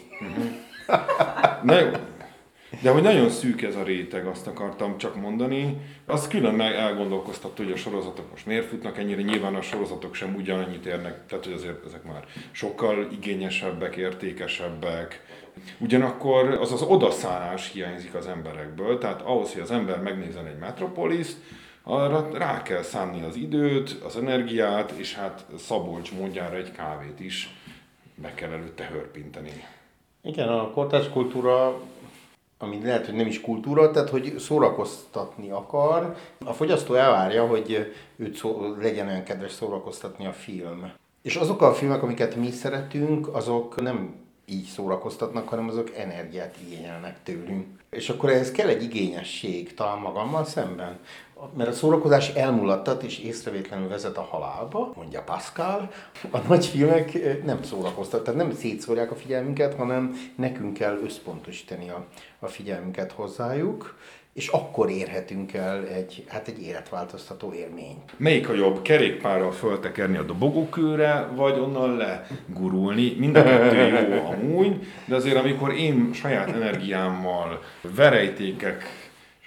Na jó. De hogy nagyon szűk ez a réteg, azt akartam csak mondani. Az külön meg elgondolkoztató, hogy a sorozatok most miért futnak ennyire. Nyilván a sorozatok sem ugyanannyit érnek, tehát hogy azért ezek már sokkal igényesebbek, értékesebbek. Ugyanakkor az odaszállás hiányzik az emberekből, tehát ahhoz, hogy az ember megnézzen egy Metropoliszt, arra rá kell szánni az időt, az energiát, és hát Szabolcs módjára egy kávét is be kell előtte hörpinteni. Igen, a kortárs kultúra, ami lehet, hogy nem is kultúra, tehát hogy szórakoztatni akar. A fogyasztó elvárja, hogy őt legyen olyan kedves szórakoztatni a film. És azok a filmek, amiket mi szeretünk, azok nem így szórakoztatnak, hanem azok energiát igényelnek tőlünk. És akkor ehhez kell egy igényesség talán magammal szemben. Mert a szórakozás elmulattat és észrevétlenül vezet a halálba, mondja Pascal. A nagy filmek nem szórakoztat, tehát nem szétszórják a figyelmünket, hanem nekünk kell összpontosítani a figyelmünket hozzájuk, és akkor érhetünk el egy életváltoztató élményt. Melyik a jobb? Kerékpárral föltekerni a dobogókőre, vagy onnan legurulni? Mind a kettő jó amúgy, de azért amikor én saját energiámmal verejtékek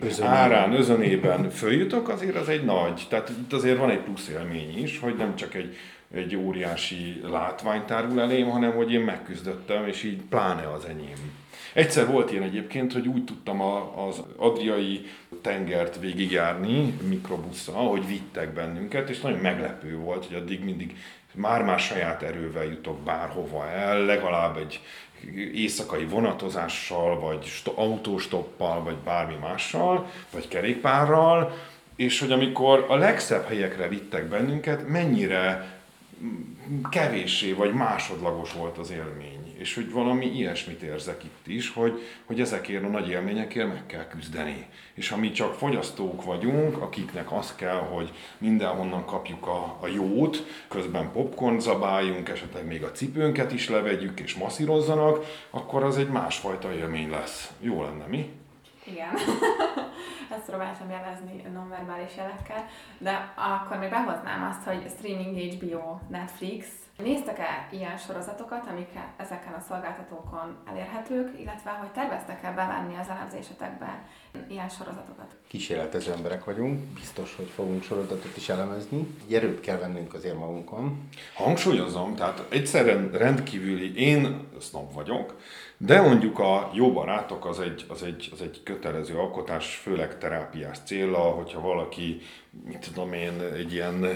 özönében följutok, azért az egy nagy. Tehát itt azért van egy plusz élmény is, hogy nem csak egy óriási látvány tárul elém, hanem hogy én megküzdöttem, és így pláne az enyém. Egyszer volt ilyen egyébként, hogy úgy tudtam az adriai tengert végigjárni mikrobusszal, hogy vittek bennünket, és nagyon meglepő volt, hogy addig mindig már saját erővel jutok bárhova el, legalább egy éjszakai vonatozással, vagy autóstoppal, vagy bármi mással, vagy kerékpárral, és hogy amikor a legszebb helyekre vittek bennünket, mennyire kevéssé vagy másodlagos volt az élmény. És hogy valami ilyesmit érzek itt is, hogy ezekért a nagy élményekért meg kell küzdeni. És ha mi csak fogyasztók vagyunk, akiknek az kell, hogy mindenhonnan kapjuk a jót, közben popcorn zabáljunk, esetleg még a cipőnket is levegyük és masszírozzanak, akkor az egy másfajta élmény lesz. Jó lenne, mi? Igen. Ezt próbáltam jelezni nonverbális jelekkel, de akkor még behoznám azt, hogy streaming HBO, Netflix. Néztek-e ilyen sorozatokat, amik ezeken a szolgáltatókon elérhetők, illetve hogy terveztek-e bevenni az elemzésetekbe ilyen sorozatokat? Kísérletező emberek vagyunk, biztos, hogy fogunk sorozatot is elemezni. Erőt kell vennünk azért magunkon. Hangsúlyozom, tehát egyszerűen rendkívüli, én sznob vagyok, de mondjuk a Jó barátok az egy kötelező alkotás, főleg terápiás céllal, hogyha valaki, mit tudom én, egy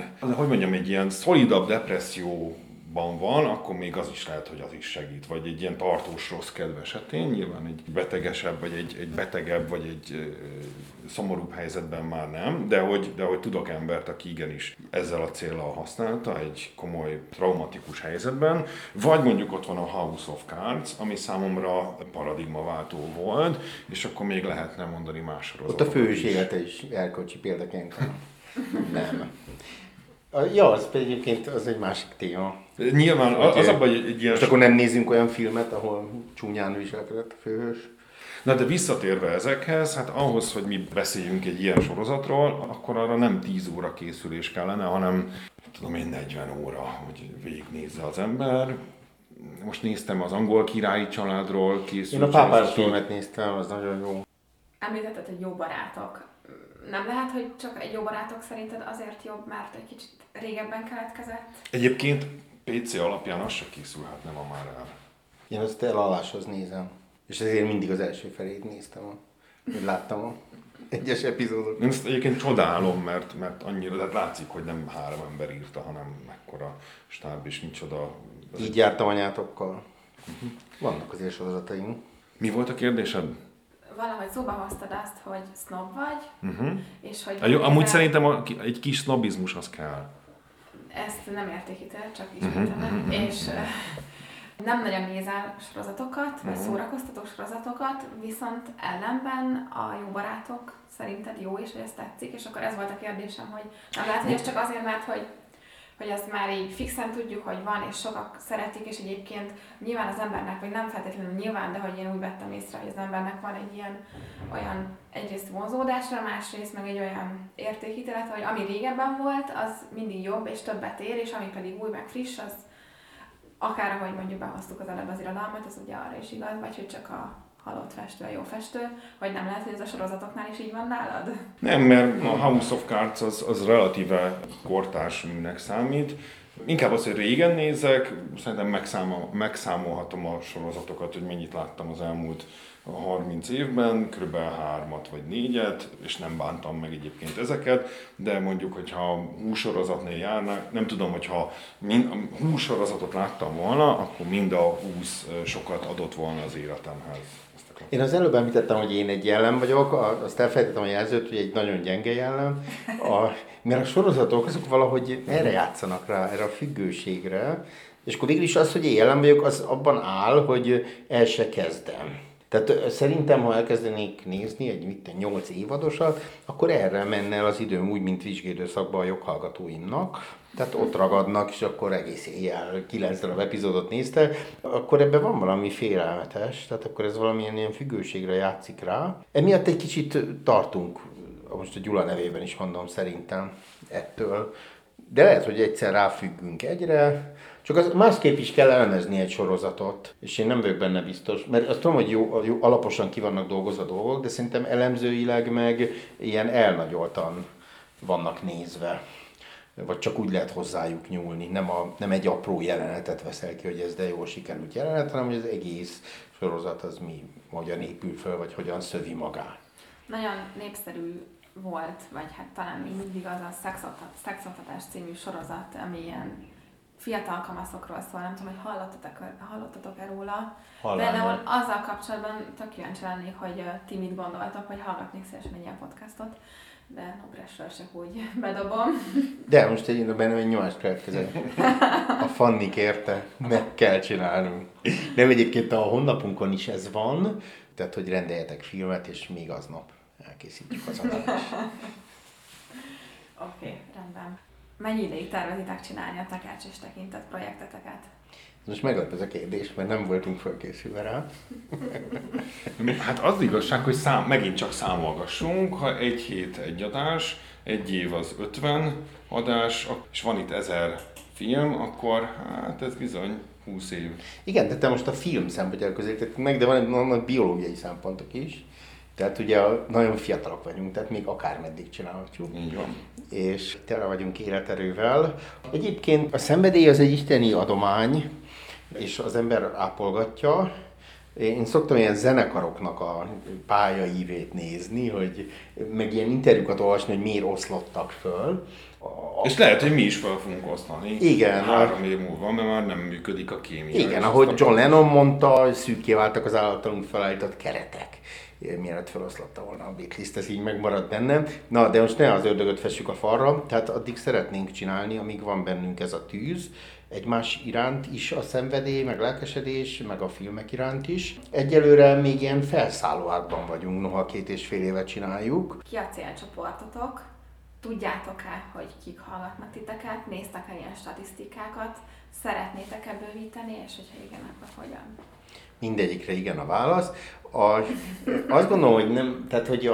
ilyen szolidabb depresszióban van, akkor még az is lehet, hogy az is segít, vagy egy ilyen tartós rossz kedv esetén, nyilván egy betegesebb, vagy egy betegebb, vagy egy szomorúbb helyzetben már nem, de hogy tudok embert, aki igenis ezzel a céllal használta egy komoly traumatikus helyzetben, vagy mondjuk ott van a House of Cards, ami számomra paradigmaváltó volt, és akkor még lehetne mondani más sorozatokat. Ott a főhős élete is erkölcsi példaként. Nem. Ja, az egyébként az egy másik téma. Nyilván az abban egy ilyen... Most akkor nem nézzünk olyan filmet, ahol csúnyán viselkedett a főhős. Na de visszatérve ezekhez, hát ahhoz, hogy mi beszéljünk egy ilyen sorozatról, akkor arra nem 10 óra készülés kellene, hanem tudom én 40 óra, hogy végignézze az ember. Most néztem az Angol Királyi Családról készült. Én a Pápás filmet néztem, az nagyon jó. Említetted, hogy Jó barátok. Nem lehet, hogy csak egy Jó barátok szerinted azért jobb, mert egy kicsit régebben keletkezett? Egyébként PC alapján az se készülhetne ma már el. Én azt elalváshoz nézem. És ezért mindig az első felét néztem, hogy láttam a egyes epizódot. Én ezt egyébként csodálom, mert annyira, tehát látszik, hogy nem 3 ember írta, hanem mekkora stáb és micsoda. Így jártam anyátokkal. Vannak azért sorozataink. Mi volt a kérdésed? Valahogy szóba hoztad azt, hogy sznob vagy, és hogy... Amúgy szerintem egy kis sznobizmus az kell. Ezt nem értékítél, csak ismételem. És nem nagyon nézel sorozatokat, vagy szórakoztató sorozatokat, viszont ellenben a Jó barátok szerinted jó, és hogy ez tetszik, és akkor ez volt a kérdésem, hogy nem lehet, hogy ez csak azért, mert hogy azt már így fixen tudjuk, hogy van, és sokak szeretik, és egyébként nyilván az embernek, vagy nem feltétlenül nyilván, de hogy én úgy vettem észre, hogy az embernek van egy ilyen olyan egyrészt vonzódásra, másrészt meg egy olyan értékítélete, hogy ami régebben volt, az mindig jobb és többet ér, és ami pedig új meg friss, az akár ahogy mondjuk behoztuk az előbb az irodalmat, az ugye arra is igaz, vagy hogy csak a halott festő, a jó festő, vagy nem lehet, hogy ez a sorozatoknál is így van nálad? Nem, mert a House of Cards az relatíve kortárs műnek számít. Inkább az, hogy régen nézek, szerintem megszámolhatom a sorozatokat, hogy mennyit láttam az elmúlt 30 évben, kb. 3 vagy 4, és nem bántam meg egyébként ezeket, de mondjuk, hogyha hússorozatnél járnak, nem tudom, hogyha hússorozatot láttam volna, akkor mind a 20 sokat adott volna az életemhez. Én az előbb említettem, hogy én egy jellem vagyok, azt elfelejtettem a jelzőt, hogy egy nagyon gyenge jellem, mert a sorozatok azok valahogy erre játszanak rá, erre a függőségre, és akkor végül is az, hogy én jellem vagyok, az abban áll, hogy el se kezdem. Tehát szerintem, ha elkezdenék nézni egy 8 évadosat, akkor erre menne el az időm úgy, mint vizsgéidőszakban a joghallgatóimnak. Tehát ott ragadnak, és akkor egész éjjel 9 darab epizódot nézte, akkor ebben van valami félelmetes, tehát akkor ez valamilyen ilyen függőségre játszik rá. Emiatt egy kicsit tartunk, most a Gyula nevében is mondom szerintem ettől, de lehet, hogy egyszer ráfüggünk egyre, csak az másképp is kell elemezni egy sorozatot, és én nem vagyok benne biztos, mert azt tudom, hogy jó alaposan ki vannak dolgozva dolgok, de szerintem elemzőileg meg ilyen elnagyoltan vannak nézve. Vagy csak úgy lehet hozzájuk nyúlni, nem egy apró jelenetet veszel ki, hogy ez de jól sikerült jelenet, hanem hogy az egész sorozat az hogyan épül föl, vagy hogyan szövi magát. Nagyon népszerű volt, vagy hát talán még mindig az a Szexoktatás című sorozat, ami ilyen fiatal kamaszokról szól, nem tudom, hogy hallottatok-e róla. Például azzal kapcsolatban tök kíváncsi lennék, hogy ti mit gondoltok, hogy hallgatnék szívesen egy ilyen podcastot, de Nobressről csak úgy bedobom. De most bennem egy nyomás következett. A Fanni kérte, meg kell csinálnunk. Nem, egyébként a honlapunkon is ez van, tehát hogy rendeljetek filmet, és még aznap elkészítjük az adást. Oké, rendben. Mennyi ideig tervezitek csinálni a Takács és Tekintet projekteteket? Most meglep ez a kérdés, mert nem voltunk felkészülve rá. Hát az igazság, hogy megint csak számolgassunk, ha egy hét egy adás, egy év az 50 adás, és van itt 1000 film, akkor hát ez bizony 20 év. Igen, de te most a film szempontjából közelítettük meg, de vannak biológiai szempontok is. Tehát ugye nagyon fiatalok vagyunk, tehát még akármeddig csinálhatjuk. Így van. És tele vagyunk életerővel. Egyébként a szenvedély az egy isteni adomány, és az ember ápolgatja. Én szoktam ilyen zenekaroknak a pályaívét nézni, meg ilyen interjúkat olvasni, hogy miért oszlottak föl. És lehet, hogy mi is fel fogunk osztani. Igen. 3 év múlva, mert már nem működik a kémia. Igen, ahogy John Lennon mondta, szűkké váltak az általunk felállított keretek. Mielőtt feloszlatta volna a Beatles-t, ez így megmaradt bennem. Na, de most ne az ördögöt fessük a falra, tehát addig szeretnénk csinálni, amíg van bennünk ez a tűz, egymás iránt is a szenvedély, meg lelkesedés, meg a filmek iránt is. Egyelőre még ilyen felszállóákban vagyunk, noha 2,5 éve csináljuk. Ki a célcsoportotok? Tudjátok-e, hogy kik hallgatnak titeket? Néztek-e ilyen statisztikákat? Szeretnétek-e bővíteni, és hogyha igen, akkor hogyan? Mindegyikre igen a válasz. Azt gondolom, hogy nem, tehát hogy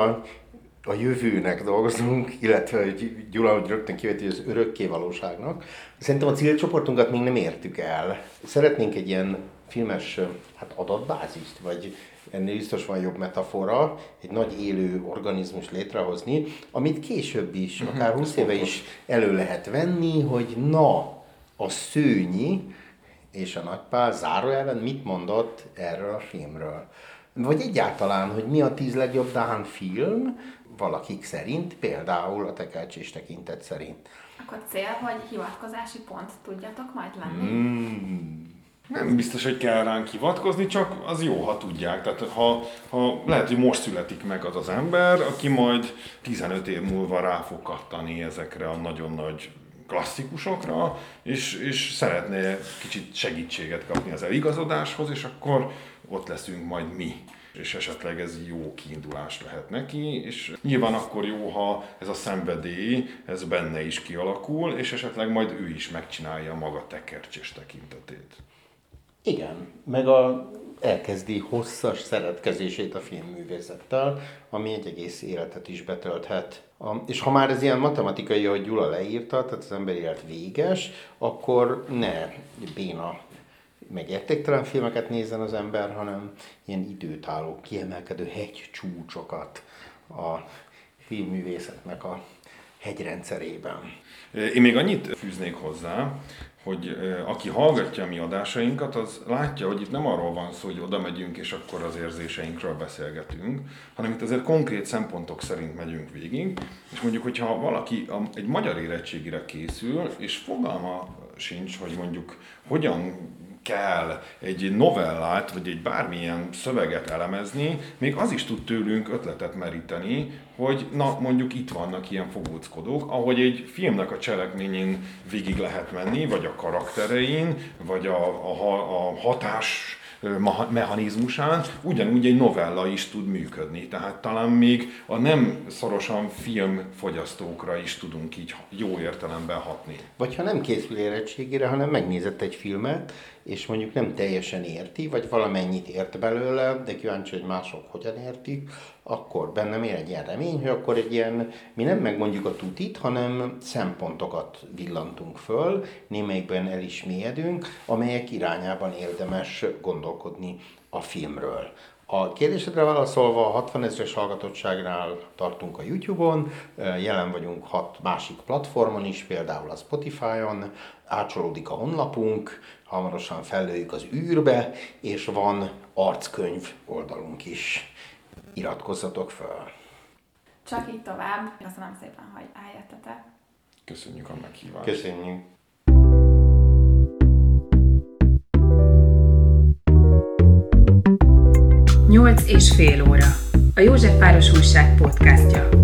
a jövőnek dolgozunk, illetve hogy Gyula, hogy rögtön kiveti, hogy az örökké valóságnak. Szerintem a célcsoportunkat még nem értük el. Szeretnénk egy ilyen filmes adatbázist, vagy ennél biztos van jobb metafora, egy nagy élő organizmus létrehozni, amit később is, akár 20 éve is elő lehet venni, hogy na, a Szőnyi és a Nagypál zárójelben mit mondott erről a filmről. Vagy egyáltalán, hogy mi a 10 legjobb dán film, valakik szerint, például a Tekercs és Tekintet szerint. Akkor cél, hogy hivatkozási pont tudjatok majd lenni? Nem biztos, hogy kell ránk hivatkozni, csak az jó, ha tudják. Tehát ha lehet, hogy most születik meg az ember, aki majd 15 év múlva rá fog kattani ezekre a nagyon nagy klasszikusokra, és szeretne kicsit segítséget kapni az eligazodáshoz, és akkor ott leszünk majd mi. És esetleg ez jó kiindulás lehet neki, és nyilván akkor jó, ha ez a szenvedély, ez benne is kialakul, és esetleg majd ő is megcsinálja maga Tekercs és Tekintetét. Igen, meg elkezdi hosszas szeretkezését a filmművészettel, ami egy egész életet is betölthet. És ha már ez ilyen matematikai, ahogy Gyula leírta, tehát az ember élet véges, akkor ne béna, meg értéktelen filmeket nézzen az ember, hanem ilyen időtálló, kiemelkedő hegycsúcsokat a filmművészetnek a hegyrendszerében. Én még annyit fűznék hozzá, hogy aki hallgatja a mi adásainkat, az látja, hogy itt nem arról van szó, hogy oda megyünk és akkor az érzéseinkről beszélgetünk, hanem itt azért konkrét szempontok szerint megyünk végig, és mondjuk, hogyha valaki egy magyar érettségire készül, és fogalma sincs, hogy mondjuk hogyan kell egy novellát, vagy egy bármilyen szöveget elemezni, még az is tud tőlünk ötletet meríteni, hogy na, mondjuk itt vannak ilyen fogóckodók, ahogy egy filmnek a cselekményén végig lehet menni, vagy a karakterein, vagy a hatás mechanizmusán, ugyanúgy egy novella is tud működni. Tehát talán még a nem szorosan filmfogyasztókra is tudunk így jó értelemben hatni. Vagy ha nem készül érettségére, hanem megnézett egy filmet, és mondjuk nem teljesen érti, vagy valamennyit ért belőle, de kíváncsi, hogy mások hogyan értik, akkor bennem ér egy ilyen remény, hogy akkor egy ilyen, mi nem megmondjuk a tutit, hanem szempontokat villantunk föl, némelyikben el is mélyedünk, amelyek irányában érdemes gondolkodni a filmről. A kérdésedre válaszolva, 60 000-es hallgatottságnál tartunk a YouTube-on, jelen vagyunk 6 másik platformon is, például a Spotify-on, átcsolódik a honlapunk, hamarosan fellőjük az űrbe, és van arckönyv oldalunk is. Iratkozzatok föl! Csak így tovább. Köszönöm szépen, hogy eljöttetek. Köszönjük a meghívást. Köszönjük! 8,5 óra. A Józsefváros Újság podcastja.